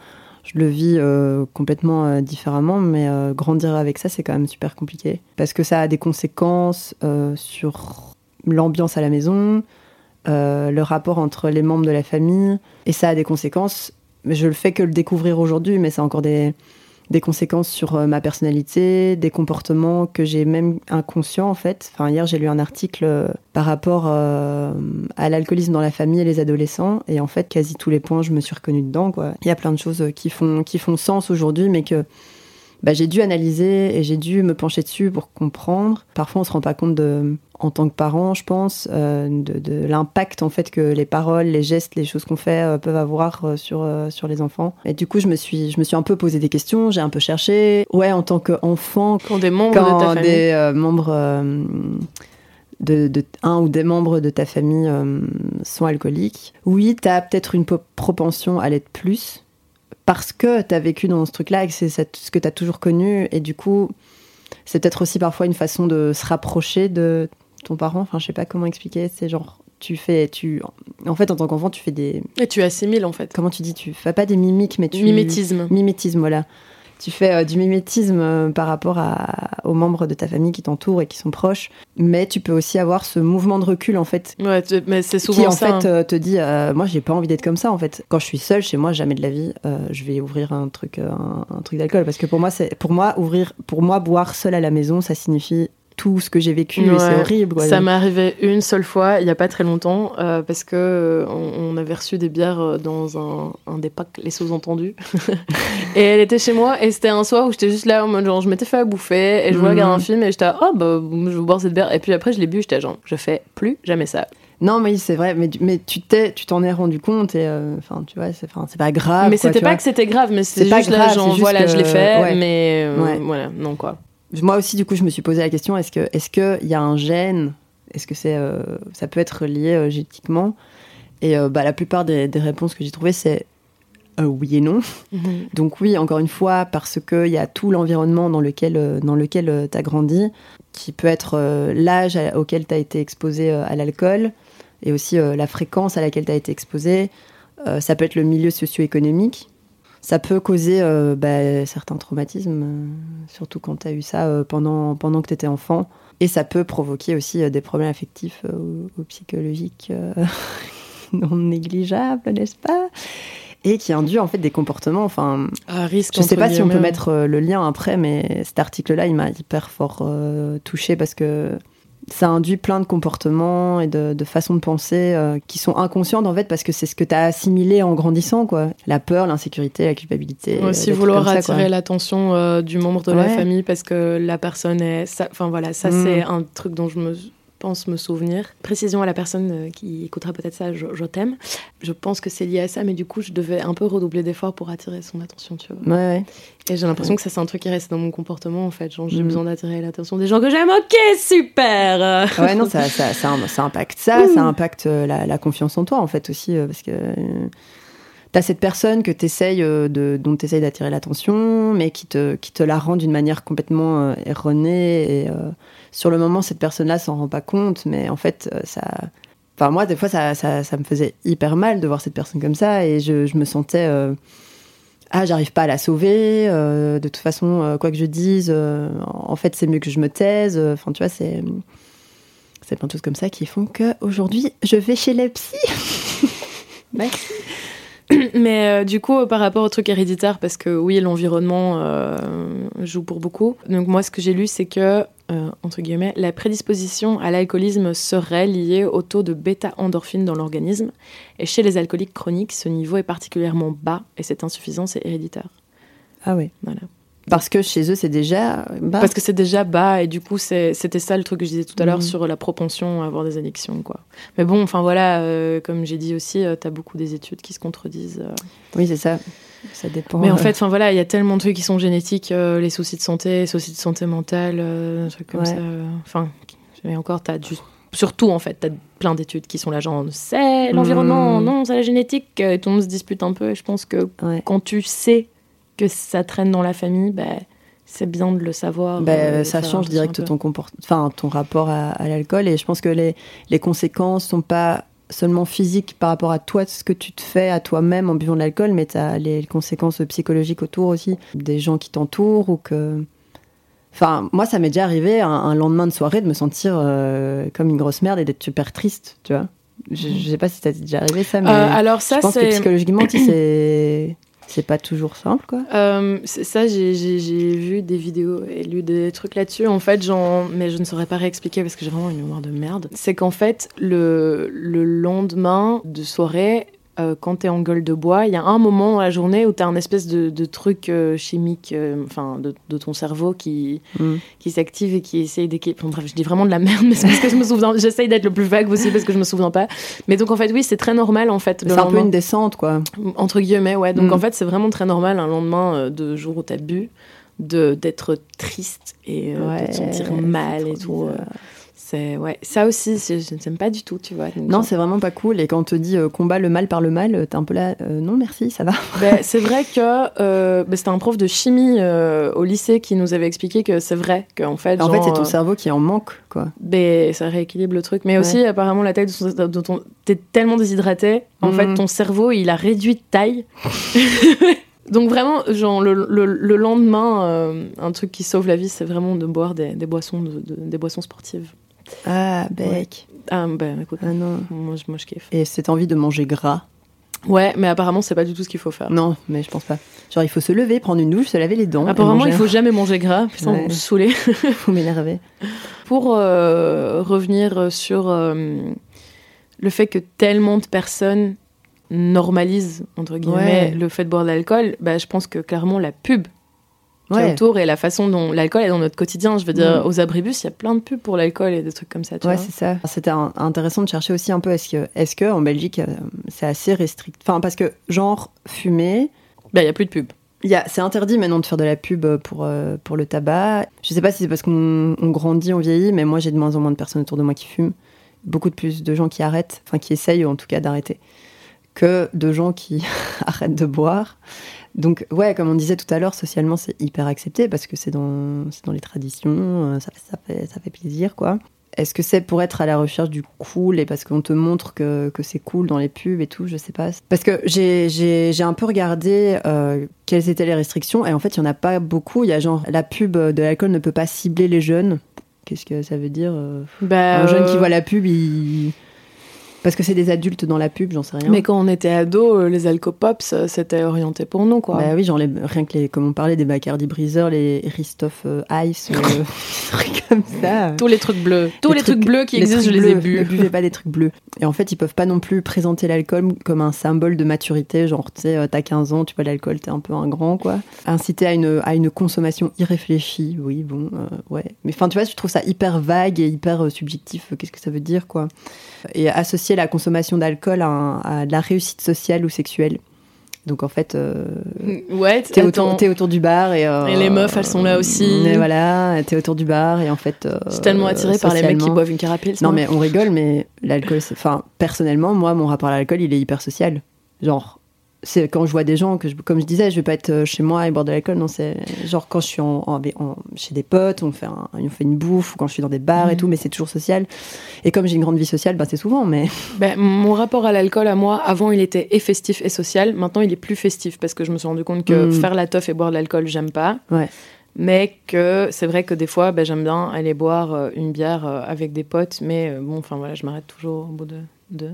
je le vis euh, complètement euh, différemment, mais euh, grandir avec ça, c'est quand même super compliqué. Parce que ça a des conséquences euh, sur l'ambiance à la maison, euh, le rapport entre les membres de la famille, et ça a des conséquences je le fais que le découvrir aujourd'hui, mais ça a encore des, des conséquences sur euh, ma personnalité, des comportements que j'ai même inconscients, en fait. Enfin, hier, j'ai lu un article euh, par rapport euh, à l'alcoolisme dans la famille et les adolescents, et en fait, quasi tous les points, je me suis reconnue dedans, quoi. Il y a plein de choses qui font, qui font sens aujourd'hui, mais que bah, j'ai dû analyser et j'ai dû me pencher dessus pour comprendre. Parfois, on se rend pas compte de, en tant que parent, je pense, euh, de, de l'impact en fait que les paroles, les gestes, les choses qu'on fait euh, peuvent avoir euh, sur euh, sur les enfants. Et du coup, je me suis je me suis un peu posé des questions, j'ai un peu cherché. Ouais, en tant qu'enfant, quand des membres quand de ta famille, des euh, membres euh, de, de un ou des membres de ta famille euh, sont alcooliques, oui, t'as peut-être une po- propension à l'être plus. Parce que t'as vécu dans ce truc-là et que c'est ce que t'as toujours connu. Et du coup, c'est peut-être aussi parfois une façon de se rapprocher de ton parent. Enfin, je sais pas comment expliquer. C'est genre, tu fais... tu En fait, en tant qu'enfant, tu fais des... Et tu assimiles, en fait. Comment tu dis? Tu fais pas des mimiques, mais tu... Mimétisme. Mimétisme, voilà. Tu fais euh, du mimétisme euh, par rapport à, aux membres de ta famille qui t'entourent et qui sont proches. Mais tu peux aussi avoir ce mouvement de recul, en fait. Ouais, tu, mais c'est souvent qui, en ça. fait, euh, te dit, euh, moi, j'ai pas envie d'être comme ça, en fait. Quand je suis seule, chez moi, jamais de la vie, euh, je vais ouvrir un truc, euh, un, un truc d'alcool. Parce que pour moi, c'est, pour moi, ouvrir, pour moi, boire seule à la maison, ça signifie tout ce que j'ai vécu, ouais, et c'est horrible. Ouais. Ça m'est arrivé une seule fois, il y a pas très longtemps, euh, parce que euh, on, on avait reçu des bières dans un, un des packs, les sous-entendus. Et elle était chez moi, et c'était un soir où j'étais juste là, en mode genre, je m'étais fait à bouffer, et je voulais mmh. regarder un film, et j'étais ah, oh, bah, je vais boire cette bière. Et puis après, je l'ai bu, j'étais genre, je fais plus jamais ça. Non, mais c'est vrai, mais, mais tu, t'es, tu t'en es rendu compte, et enfin, euh, tu vois, c'est, c'est pas grave. Mais quoi, c'était pas vois. Que c'était grave, mais c'était c'est juste pas grave, là, genre, juste voilà, que... je l'ai fait, ouais. mais euh, ouais. voilà, non quoi. Moi aussi, du coup, je me suis posé la question, est-ce que, est-ce que y a un gène? Est-ce que c'est, euh, ça peut être lié euh, génétiquement? Et euh, bah, la plupart des, des réponses que j'ai trouvées, c'est euh, oui et non. Mm-hmm. Donc oui, encore une fois, parce qu'il y a tout l'environnement dans lequel, euh, dans lequel euh, tu as grandi, qui peut être euh, l'âge auquel tu as été exposé euh, à l'alcool, et aussi euh, la fréquence à laquelle tu as été exposé. Euh, ça peut être le milieu socio-économique. Ça peut causer euh, bah, certains traumatismes, euh, surtout quand tu as eu ça euh, pendant, pendant que tu étais enfant. Et ça peut provoquer aussi euh, des problèmes affectifs euh, ou, ou psychologiques euh, non négligeables, n'est-ce pas? Et qui induit en fait des comportements. Enfin, à risque, je ne sais pas si on peut mettre euh, le lien après, mais cet article-là, il m'a hyper fort euh, touchée parce que ça induit plein de comportements et de, de façons de penser euh, qui sont inconscientes en fait parce que c'est ce que tu as assimilé en grandissant, quoi. La peur, l'insécurité, la culpabilité. Aussi vouloir attirer ça, l'attention euh, du membre de ouais. la famille parce que la personne est... Enfin voilà, ça mmh. c'est un truc dont je me pense me souvenir. Précision à la personne qui écoutera peut-être ça, je, je t'aime. Je pense que c'est lié à ça, mais du coup je devais un peu redoubler d'efforts pour attirer son attention, tu vois. Ouais, ouais. Et j'ai l'impression ouais. que ça c'est un truc qui reste dans mon comportement en fait. Genre j'ai mmh. besoin d'attirer l'attention des gens que j'aime. Ok, super. Ouais, non, ça, ça, ça, ça impacte ça, mmh. ça impacte la, la confiance en toi en fait aussi, parce que euh, t'as cette personne que t'essayes de, dont t'essayes d'attirer l'attention, mais qui te, qui te la rend d'une manière complètement euh, erronée. Et euh, sur le moment, cette personne-là s'en rend pas compte, mais en fait, euh, ça. Enfin, moi, des fois, ça, ça, ça me faisait hyper mal de voir cette personne comme ça, et je, je me sentais. Euh, Ah, j'arrive pas à la sauver. Euh, de toute façon, euh, quoi que je dise, euh, en fait, c'est mieux que je me taise. Enfin, tu vois, c'est, c'est plein de choses comme ça qui font qu'aujourd'hui, je vais chez les psy. Merci. Mais euh, du coup, par rapport au truc héréditaire, parce que oui, l'environnement euh, joue pour beaucoup. Donc moi, ce que j'ai lu, c'est que, euh, entre guillemets, la prédisposition à l'alcoolisme serait liée au taux de bêta-endorphine dans l'organisme. Et chez les alcooliques chroniques, ce niveau est particulièrement bas et cette insuffisance est héréditaire. Ah oui. Voilà. Parce que chez eux, c'est déjà bas. Parce que c'est déjà bas, et du coup, c'est, c'était ça le truc que je disais tout à l'heure mmh. sur la propension à avoir des addictions, quoi. Mais bon, enfin voilà, euh, comme j'ai dit aussi, euh, t'as beaucoup des études qui se contredisent. Euh. Oui, c'est ça. Ça dépend. Mais en fait, enfin voilà, il y a tellement de trucs qui sont génétiques, euh, les soucis de santé, les soucis de santé mentale, euh, trucs comme ouais. ça. Enfin, euh, et encore, t'as du... Surtout, en fait, t'as plein d'études qui sont là, genre, c'est l'environnement, mmh. non, c'est la génétique. Et tout le monde se dispute un peu, et je pense que ouais. quand tu sais que ça traîne dans la famille, bah, c'est bien de le savoir. Bah, euh, ça change direct ton, comport- enfin, ton rapport à, à l'alcool. Et je pense que les, les conséquences ne sont pas seulement physiques par rapport à toi, ce que tu te fais à toi-même en buvant de l'alcool, mais tu as les conséquences psychologiques autour aussi, des gens qui t'entourent. Ou que... Enfin, moi, ça m'est déjà arrivé un, un lendemain de soirée de me sentir euh, comme une grosse merde et d'être super triste, tu vois. Je, je sais pas si ça t'est déjà arrivé ça, mais euh, alors ça, je pense c'est... que psychologiquement, c'est... c'est pas toujours simple, quoi. Euh, ça, j'ai, j'ai, j'ai vu des vidéos et lu des trucs là-dessus. En fait, genre, mais je ne saurais pas réexpliquer parce que j'ai vraiment une mémoire de merde. C'est qu'en fait, le, le lendemain de soirée, euh, quand t'es en gueule de bois, il y a un moment dans la journée où t'as un espèce de, de truc euh, chimique, enfin, euh, de, de ton cerveau qui, mm. qui s'active et qui essaye d'équilibrer. Enfin, bref, je dis vraiment de la merde, mais c'est parce que je me souviens. J'essaye d'être le plus vague possible parce que je me souviens pas. Mais donc, en fait, oui, c'est très normal, en fait. C'est un lendemain. Peu une descente, quoi. Entre guillemets, ouais. Donc, mm. en fait, c'est vraiment très normal un lendemain de jour où t'as bu, de, d'être triste et euh, ouais, de te sentir mal et tout. Euh, c'est, ouais. Ça aussi, je, je n'aime pas du tout, tu vois. Non, c'est vraiment pas cool. Et quand on te dit euh, combat le mal par le mal, t'es un peu là, euh, non merci, ça va. Ben, c'est vrai que euh, ben, c'était un prof de chimie euh, au lycée qui nous avait expliqué que c'est vrai qu'en fait. En genre, fait, c'est ton cerveau qui en manque, quoi. Ben, ça rééquilibre le truc. Mais ouais. aussi, apparemment, la taille de, son, de ton. T'es tellement déshydraté, en mmh. fait, ton cerveau, il a réduit de taille. Donc vraiment, genre, le, le, le lendemain, euh, un truc qui sauve la vie, c'est vraiment de boire des, des, boissons, de, de, des boissons sportives. Ah, bec. Ouais. Ah, ben, écoute, ah, non. Moi, je, moi, je kiffe. Et cette envie de manger gras. Ouais, mais apparemment, c'est pas du tout ce qu'il faut faire. Non, mais je pense pas. Genre, il faut se lever, prendre une douche, se laver les dents. Apparemment, il faut jamais manger gras. Putain, ouais. Vous me saoulez. Faut m'énerver. Pour euh, revenir sur euh, le fait que tellement de personnes normalisent, entre guillemets, ouais. le fait de boire de l'alcool, bah, je pense que clairement, la pub ouais. autour et la façon dont l'alcool est dans notre quotidien. Je veux dire, mmh. aux abribus, il y a plein de pubs pour l'alcool et des trucs comme ça. Tu ouais, vois. c'est ça. C'était un, intéressant de chercher aussi un peu, est-ce que, est-ce que en Belgique, euh, c'est assez restrict. Enfin, parce que, genre, fumer... Bah, il n'y a plus de pub. Y a, c'est interdit maintenant de faire de la pub pour, euh, pour le tabac. Je sais pas si c'est parce qu'on on grandit, on vieillit, mais moi, j'ai de moins en moins de personnes autour de moi qui fument. Beaucoup de plus de gens qui arrêtent, enfin, qui essayent en tout cas d'arrêter, que de gens qui arrêtent de boire. Donc, ouais, comme on disait tout à l'heure, socialement, c'est hyper accepté parce que c'est dans, c'est dans les traditions, ça, ça, fait, ça fait plaisir, quoi. Est-ce que c'est pour être à la recherche du cool et parce qu'on te montre que, que c'est cool dans les pubs et tout, je sais pas. Parce que j'ai, j'ai, j'ai un peu regardé euh, quelles étaient les restrictions et en fait, il y en a pas beaucoup. Il y a genre, la pub de l'alcool ne peut pas cibler les jeunes. Qu'est-ce que ça veut dire euh, bah, un jeune euh... qui voit la pub, il... Parce que c'est des adultes dans la pub, j'en sais rien. Mais quand on était ados, les Alcopops, c'était orienté pour nous, quoi. Bah oui, genre les, rien que les, comme on parlait, des Bacardi Breezer, les Ristoff euh, Ice, euh, des trucs comme ça. Tous les trucs bleus. Tous les, les trucs, trucs bleus qui existent, je les ai bu. Ne buvez pas des trucs bleus. Et en fait, ils peuvent pas non plus présenter l'alcool comme un symbole de maturité, genre, tu sais, t'as quinze ans, tu bois l'alcool, t'es un peu un grand, quoi. Inciter à une, à une consommation irréfléchie, oui, bon, euh, ouais. Mais enfin, tu vois, je trouve ça hyper vague et hyper euh, subjectif. Qu'est-ce que ça veut dire, quoi. Et associer la consommation d'alcool à, à de la réussite sociale ou sexuelle. Donc en fait, euh, ouais, t'es, autour, t'es autour du bar et, euh, et les meufs, elles sont là aussi. Et voilà, t'es autour du bar et en fait. Euh, je suis tellement attirée par les mecs qui boivent une carapille. Non mais on rigole, mais l'alcool, c'est, enfin personnellement, moi, mon rapport à l'alcool, il est hyper social. Genre. C'est quand je vois des gens que je, comme je disais, je vais pas être chez moi et boire de l'alcool, non, c'est genre quand je suis en, en, en, chez des potes, on fait, un, on fait une bouffe, ou quand je suis dans des bars mmh. et tout, mais c'est toujours social. Et comme j'ai une grande vie sociale, ben c'est souvent, mais... Ben, mon rapport à l'alcool, à moi, avant, il était et festif et social. Maintenant, il est plus festif parce que je me suis rendu compte que mmh. faire la teuf et boire de l'alcool, j'aime pas. Ouais. Mais que c'est vrai que des fois, ben, j'aime bien aller boire une bière avec des potes, mais bon, enfin voilà, je m'arrête toujours au bout de deux.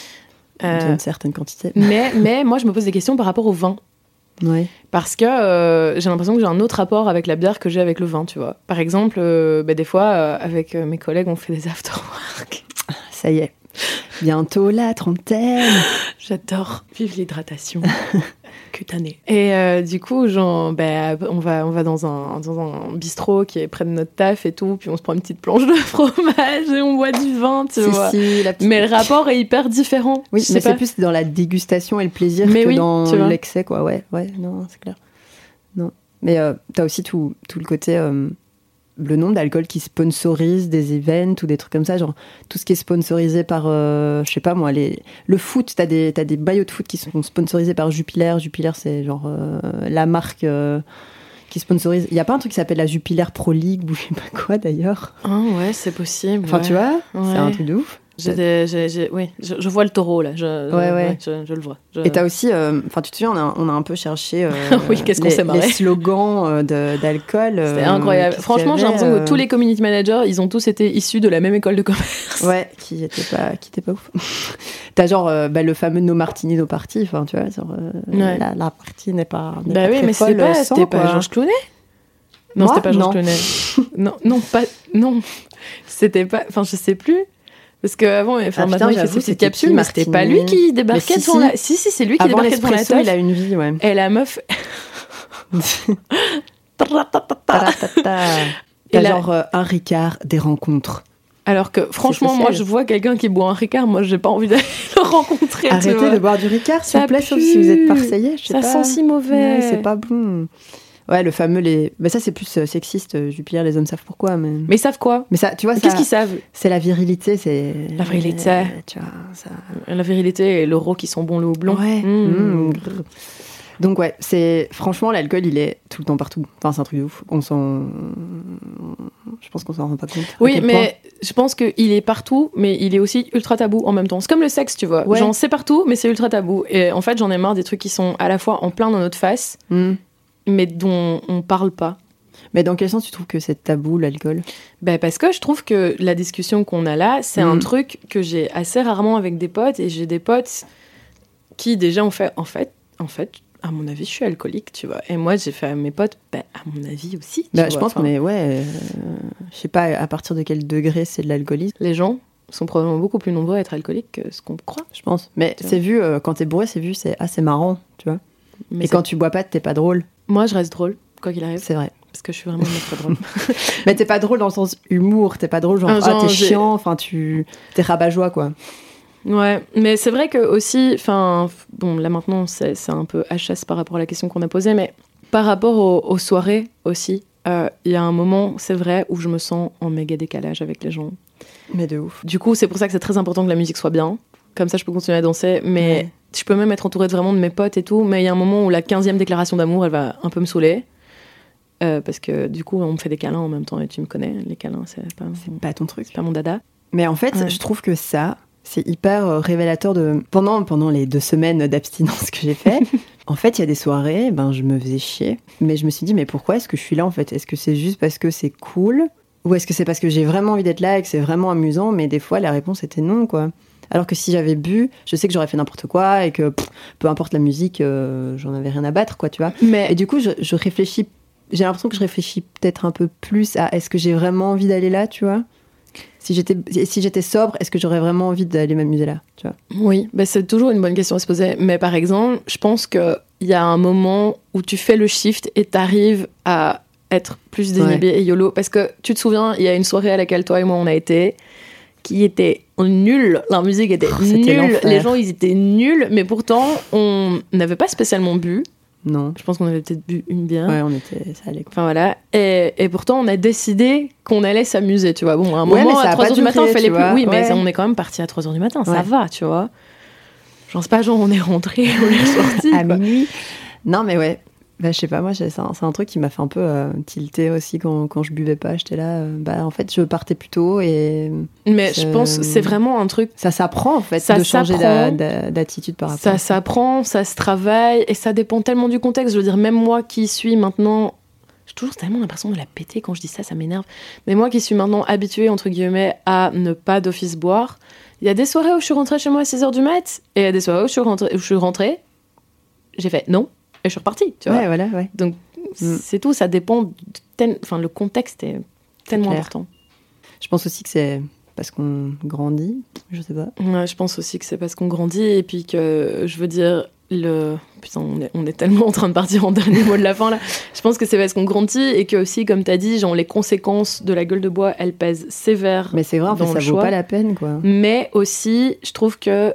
Euh, une certaine quantité. mais, mais moi, je me pose des questions par rapport au vin. Ouais. Parce que euh, j'ai l'impression que j'ai un autre rapport avec la bière que j'ai avec le vin, tu vois. Par exemple, euh, bah, des fois, euh, avec mes collègues, on fait des after-work. Ça y est. Bientôt la trentaine. J'adore. Vive l'hydratation cutanée. Et euh, du coup, genre, bah, on va, on va dans un, dans un bistrot qui est près de notre taf et tout, puis on se prend une petite planche de fromage et on boit du vin, tu si, vois. Si, la petite... Mais le rapport est hyper différent. Oui, mais pas. C'est plus dans la dégustation et le plaisir mais que oui, dans l'excès, quoi. Ouais, ouais, non, c'est clair. Non. Mais euh, t'as aussi tout, tout le côté... Euh... le nombre d'alcool qui sponsorise des events ou des trucs comme ça, genre tout ce qui est sponsorisé par, euh, je sais pas moi, les, le foot, t'as des, t'as des maillots de foot qui sont sponsorisés par Jupiler. Jupiler, c'est genre euh, la marque euh, qui sponsorise. Il y a pas un truc qui s'appelle la Jupiler Pro League ou je sais pas quoi d'ailleurs. Ah ouais, c'est possible. Enfin, ouais. tu vois, ouais. c'est un truc de ouf. J'ai des, j'ai, j'ai, oui, je, je vois le taureau là, je, Ouais, je, ouais. ouais, je, je le vois. Je... Et t'as aussi, enfin, euh, tu te souviens, on a, on a un peu cherché euh, oui, qu'est-ce qu'on les, s'est marré. les slogans euh, de, d'alcool. C'était euh, incroyable. Franchement, j'ai l'impression euh... que tous les community managers, ils ont tous été issus de la même école de commerce. Ouais, qui était pas, qui était pas ouf. T'as genre euh, bah, le fameux No Martini, No Party, enfin, tu vois, genre, euh, ouais. la, la partie n'est pas. N'est bah pas oui, mais folle, c'était pas, sans, c'était pas Georges Clooney. Non, Moi, c'était pas Georges non. Clooney. non, non, pas, non, c'était pas. Enfin, je sais plus. Parce qu'avant, enfin, ah, maintenant, putain, il fait ses petites capsules, mais c'était pas lui qui débarquait si, devant si. la. Si, si, c'est lui qui Avant débarquait devant la teuf. il a une vie, ouais. Et la meuf. T'as la... genre euh, un Ricard, des rencontres. Alors que franchement, moi, je vois quelqu'un qui boit un Ricard, moi, j'ai pas envie d'aller le rencontrer. Arrêtez de boire du Ricard, s'il vous plaît, sauf si vous êtes marseillais. Je sais ça pas. sent si mauvais. Ouais, c'est pas bon. Ouais, le fameux les. Mais ça, c'est plus euh, sexiste. euh, Jupiler, les hommes savent pourquoi. Mais, mais ils savent quoi? Mais ça, tu vois, mais ça... qu'est-ce qu'ils savent? C'est la virilité, c'est. La virilité. Euh, tu vois, ça. La virilité et l'euro qui sont bons le houblon. Ouais. Mmh. Mmh. Donc ouais, c'est franchement l'alcool, il est tout le temps partout. Enfin, c'est un truc de ouf. On s'en, je pense qu'on s'en rend pas compte. Oui, mais point. Je pense que il est partout, mais il est aussi ultra tabou en même temps. C'est comme le sexe, tu vois. Ouais. Genre c'est partout, mais c'est ultra tabou. Et en fait, j'en ai marre des trucs qui sont à la fois en plein dans notre face, mmh. mais dont on parle pas. Mais dans quel sens tu trouves que c'est tabou, l'alcool? Ben parce que je trouve que la discussion qu'on a là, c'est mmh. un truc que j'ai assez rarement avec des potes, et j'ai des potes qui déjà ont fait, en fait, en fait, à mon avis, je suis alcoolique, tu vois. Et moi, j'ai fait à mes potes, ben, à mon avis aussi. Tu bah, vois. Je pense enfin, qu'on est, ouais, euh, je sais pas à partir de quel degré c'est de l'alcoolisme. Les gens sont probablement beaucoup plus nombreux à être alcooliques que ce qu'on croit. Je pense. Mais c'est vu, euh, quand t'es bourré, c'est vu, c'est assez marrant, tu vois. Mais et quand tu bois pas, t'es pas drôle. Moi, je reste drôle, quoi qu'il arrive. C'est vrai. Parce que je suis vraiment une meuf très drôle. Mais t'es pas drôle dans le sens humour, t'es pas drôle genre, ah, genre ah, t'es j'ai... chiant, enfin, tu... t'es rabat-joie, quoi. Ouais, mais c'est vrai que aussi, enfin, bon, là maintenant, c'est, c'est un peu H S par rapport à la question qu'on a posée, mais par rapport aux, aux soirées aussi, il euh, y a un moment, c'est vrai, où je me sens en méga décalage avec les gens. Mais de ouf. Du coup, c'est pour ça que c'est très important que la musique soit bien. Comme ça, je peux continuer à danser, mais ouais. je peux même être entourée de vraiment de mes potes et tout, mais il y a un moment où la quinzième déclaration d'amour, elle va un peu me saouler. Euh, parce que du coup, on me fait des câlins en même temps, et tu me connais, les câlins, c'est pas, c'est pas ton truc. C'est pas mon dada. Mais en fait, ouais. je trouve que ça... c'est hyper révélateur de... Pendant, pendant les deux semaines d'abstinence que j'ai fait, en fait, il y a des soirées, ben, je me faisais chier. Mais je me suis dit, mais pourquoi est-ce que je suis là, en fait? Est-ce que c'est juste parce que c'est cool? Ou est-ce que c'est parce que j'ai vraiment envie d'être là et que c'est vraiment amusant? Mais des fois, la réponse était non, quoi. Alors que si j'avais bu, je sais que j'aurais fait n'importe quoi et que pff, peu importe la musique, euh, j'en avais rien à battre, quoi, tu vois. Mais... Et du coup, je, je réfléchis... J'ai l'impression que je réfléchis peut-être un peu plus à est-ce que j'ai vraiment envie d'aller là, tu vois? Si j'étais, si j'étais sobre, est-ce que j'aurais vraiment envie d'aller m'amuser là, tu vois? Oui, bah c'est toujours une bonne question à se poser. Mais par exemple, je pense qu'il y a un moment où tu fais le shift et t'arrives à être plus dénibé ouais. et YOLO. Parce que tu te souviens, il y a une soirée à laquelle toi et moi on a été, qui était nulle. La musique était oh, nulle. Les gens, ils étaient nuls. Mais pourtant, on n'avait pas spécialement bu. Non. Je pense qu'on avait peut-être bu une bière. Ouais, on était... Ça allait. Quoi. Enfin, voilà. Et, et pourtant, on a décidé qu'on allait s'amuser, tu vois. Bon, à un ouais, moment, à trois heures du matin, on fait les plus... Oui, mais ouais. ça, on est quand même parti à trois heures du matin. Ouais. Ça va, tu vois. Genre, c'est pas genre, on est rentré, on est sorti. À minuit. Non, mais ouais. Bah, je sais pas, moi, c'est un, c'est un truc qui m'a fait un peu euh, tilter aussi quand, quand je buvais pas. J'étais là, euh, bah, en fait, je partais plus tôt et... Mais je, je pense que c'est vraiment un truc... Ça s'apprend, en fait, ça de changer d'a, d'a, d'attitude par rapport ça à ça. Ça s'apprend, ça se travaille, et ça dépend tellement du contexte. Je veux dire, même moi qui suis maintenant... J'ai toujours tellement l'impression de la péter quand je dis ça, ça m'énerve. Mais moi qui suis maintenant habituée, entre guillemets, à ne pas d'office boire, il y a des soirées où je suis rentrée chez moi à six heures du mat', et il y a des soirées où je suis rentrée, où je suis rentrée j'ai fait non. Et je suis repartie, tu vois. Ouais, voilà, ouais. Donc, mm. c'est tout, ça dépend... Tel... Enfin, le contexte est tellement Clair. important. Je pense aussi que c'est parce qu'on grandit, je sais pas. Ouais, je pense aussi que c'est parce qu'on grandit, et puis que, je veux dire, le... Putain, on est, on est tellement en train de partir en dernier mot de la fin, là. Je pense que c'est parce qu'on grandit, et que aussi, comme t'as dit, genre, les conséquences de la gueule de bois, elles pèsent sévère. Mais c'est vrai, en fait, ça vaut pas la peine, quoi. Mais aussi, je trouve que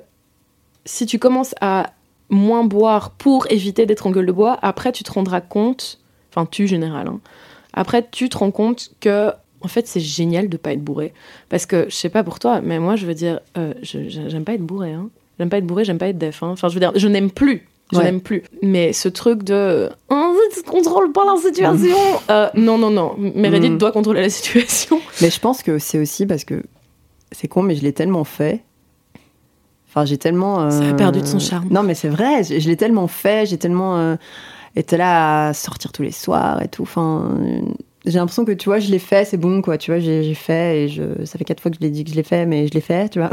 si tu commences à moins boire pour éviter d'être en gueule de bois, après tu te rendras compte, enfin tu général, hein, après tu te rends compte que en fait c'est génial de pas être bourré, parce que je sais pas pour toi, mais moi je veux dire, euh, je, j'aime pas être bourré, hein. j'aime pas être bourré, j'aime pas être def, hein. Enfin je veux dire, je n'aime plus, je ouais. n'aime plus, mais ce truc de oh, tu contrôles pas la situation, euh, non non non, Meredith mmh. doit contrôler la situation. Mais je pense que c'est aussi parce que c'est con, mais je l'ai tellement fait. Enfin, j'ai tellement... Euh... Ça a perdu de son charme. Non, mais c'est vrai, je, je l'ai tellement fait, j'ai tellement euh, été là à sortir tous les soirs et tout. Enfin, euh, j'ai l'impression que, tu vois, je l'ai fait, c'est bon, quoi. Tu vois, j'ai, j'ai fait et je, ça fait quatre fois que je l'ai dit que je l'ai fait, mais je l'ai fait, tu vois.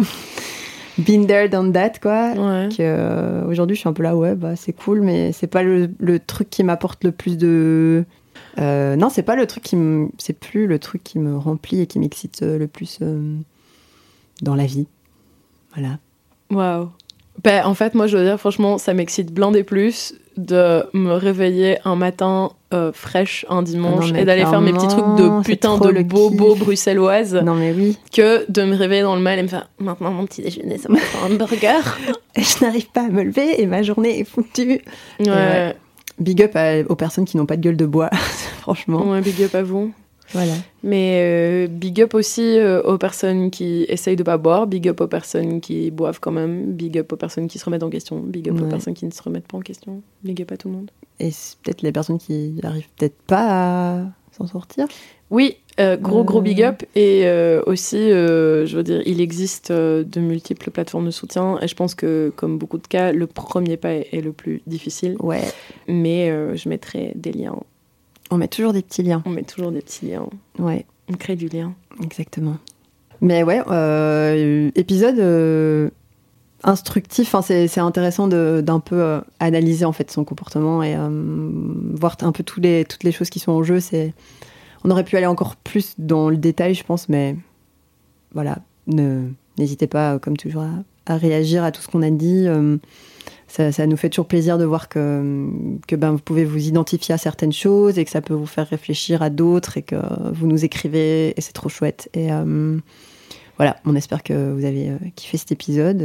Been there, done that, quoi. Ouais. Que, euh, aujourd'hui, je suis un peu là, ouais, bah, c'est cool, mais c'est pas le, le truc qui m'apporte le plus de... Euh, non, c'est pas le truc qui me... C'est plus le truc qui me remplit et qui m'excite le plus euh, dans la vie. Voilà. Waouh. Ben, en fait, moi, je veux dire, franchement, ça m'excite blindé plus de me réveiller un matin euh, fraîche un dimanche non, et d'aller faire mes petits trucs de putain de bobo bruxelloise non, mais oui. que de me réveiller dans le mal et me faire maintenant mon petit déjeuner, ça va être un burger. Je n'arrive pas à me lever et ma journée est foutue. Ouais. ouais. Big up à, aux personnes qui n'ont pas de gueule de bois, franchement. Ouais, big up à vous. Voilà. Mais euh, big up aussi euh, aux personnes qui essayent de pas boire, big up aux personnes qui boivent quand même, big up aux personnes qui se remettent en question, big up ouais. aux personnes qui ne se remettent pas en question, big up à tout le monde. Et c'est peut-être les personnes qui arrivent peut-être pas à s'en sortir. Oui, euh, gros gros big up. Et euh, aussi, euh, je veux dire, il existe euh, de multiples plateformes de soutien et je pense que, comme beaucoup de cas, le premier pas est, est le plus difficile. Ouais. Mais euh, je mettrai des liens. On met toujours des petits liens. On met toujours des petits liens. Ouais. On crée du lien. Exactement. Mais ouais, euh, épisode euh, instructif. Enfin, c'est, c'est intéressant de, d'un peu euh, analyser en fait son comportement et euh, voir un peu tous les, toutes les choses qui sont en jeu. C'est... On aurait pu aller encore plus dans le détail, je pense, mais voilà, ne, n'hésitez pas, comme toujours, à, à réagir à tout ce qu'on a dit. Euh, Ça, ça nous fait toujours plaisir de voir que, que ben, vous pouvez vous identifier à certaines choses et que ça peut vous faire réfléchir à d'autres et que vous nous écrivez et c'est trop chouette. Et euh, voilà, on espère que vous avez euh, kiffé cet épisode.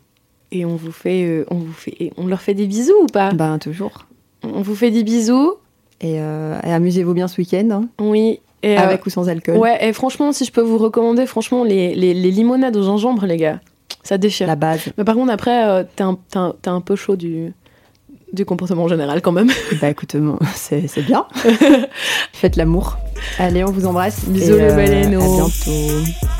Et on vous fait, euh, on vous fait, on leur fait des bisous ou pas ? Ben toujours. On vous fait des bisous. Et, euh, et amusez-vous bien ce week-end. Hein. Oui. Et avec euh, ou sans alcool. Ouais, et franchement, si je peux vous recommander, franchement, les, les, les limonades au gingembre, les gars. Ça déchire. La base. Mais par contre, après, euh, t'es, un, t'es, un, t'es un peu chaud du, du comportement général quand même. Bah écoute, c'est, c'est bien. Faites l'amour. Allez, on vous embrasse. Bisous et, les baleineaux. Euh, à bientôt.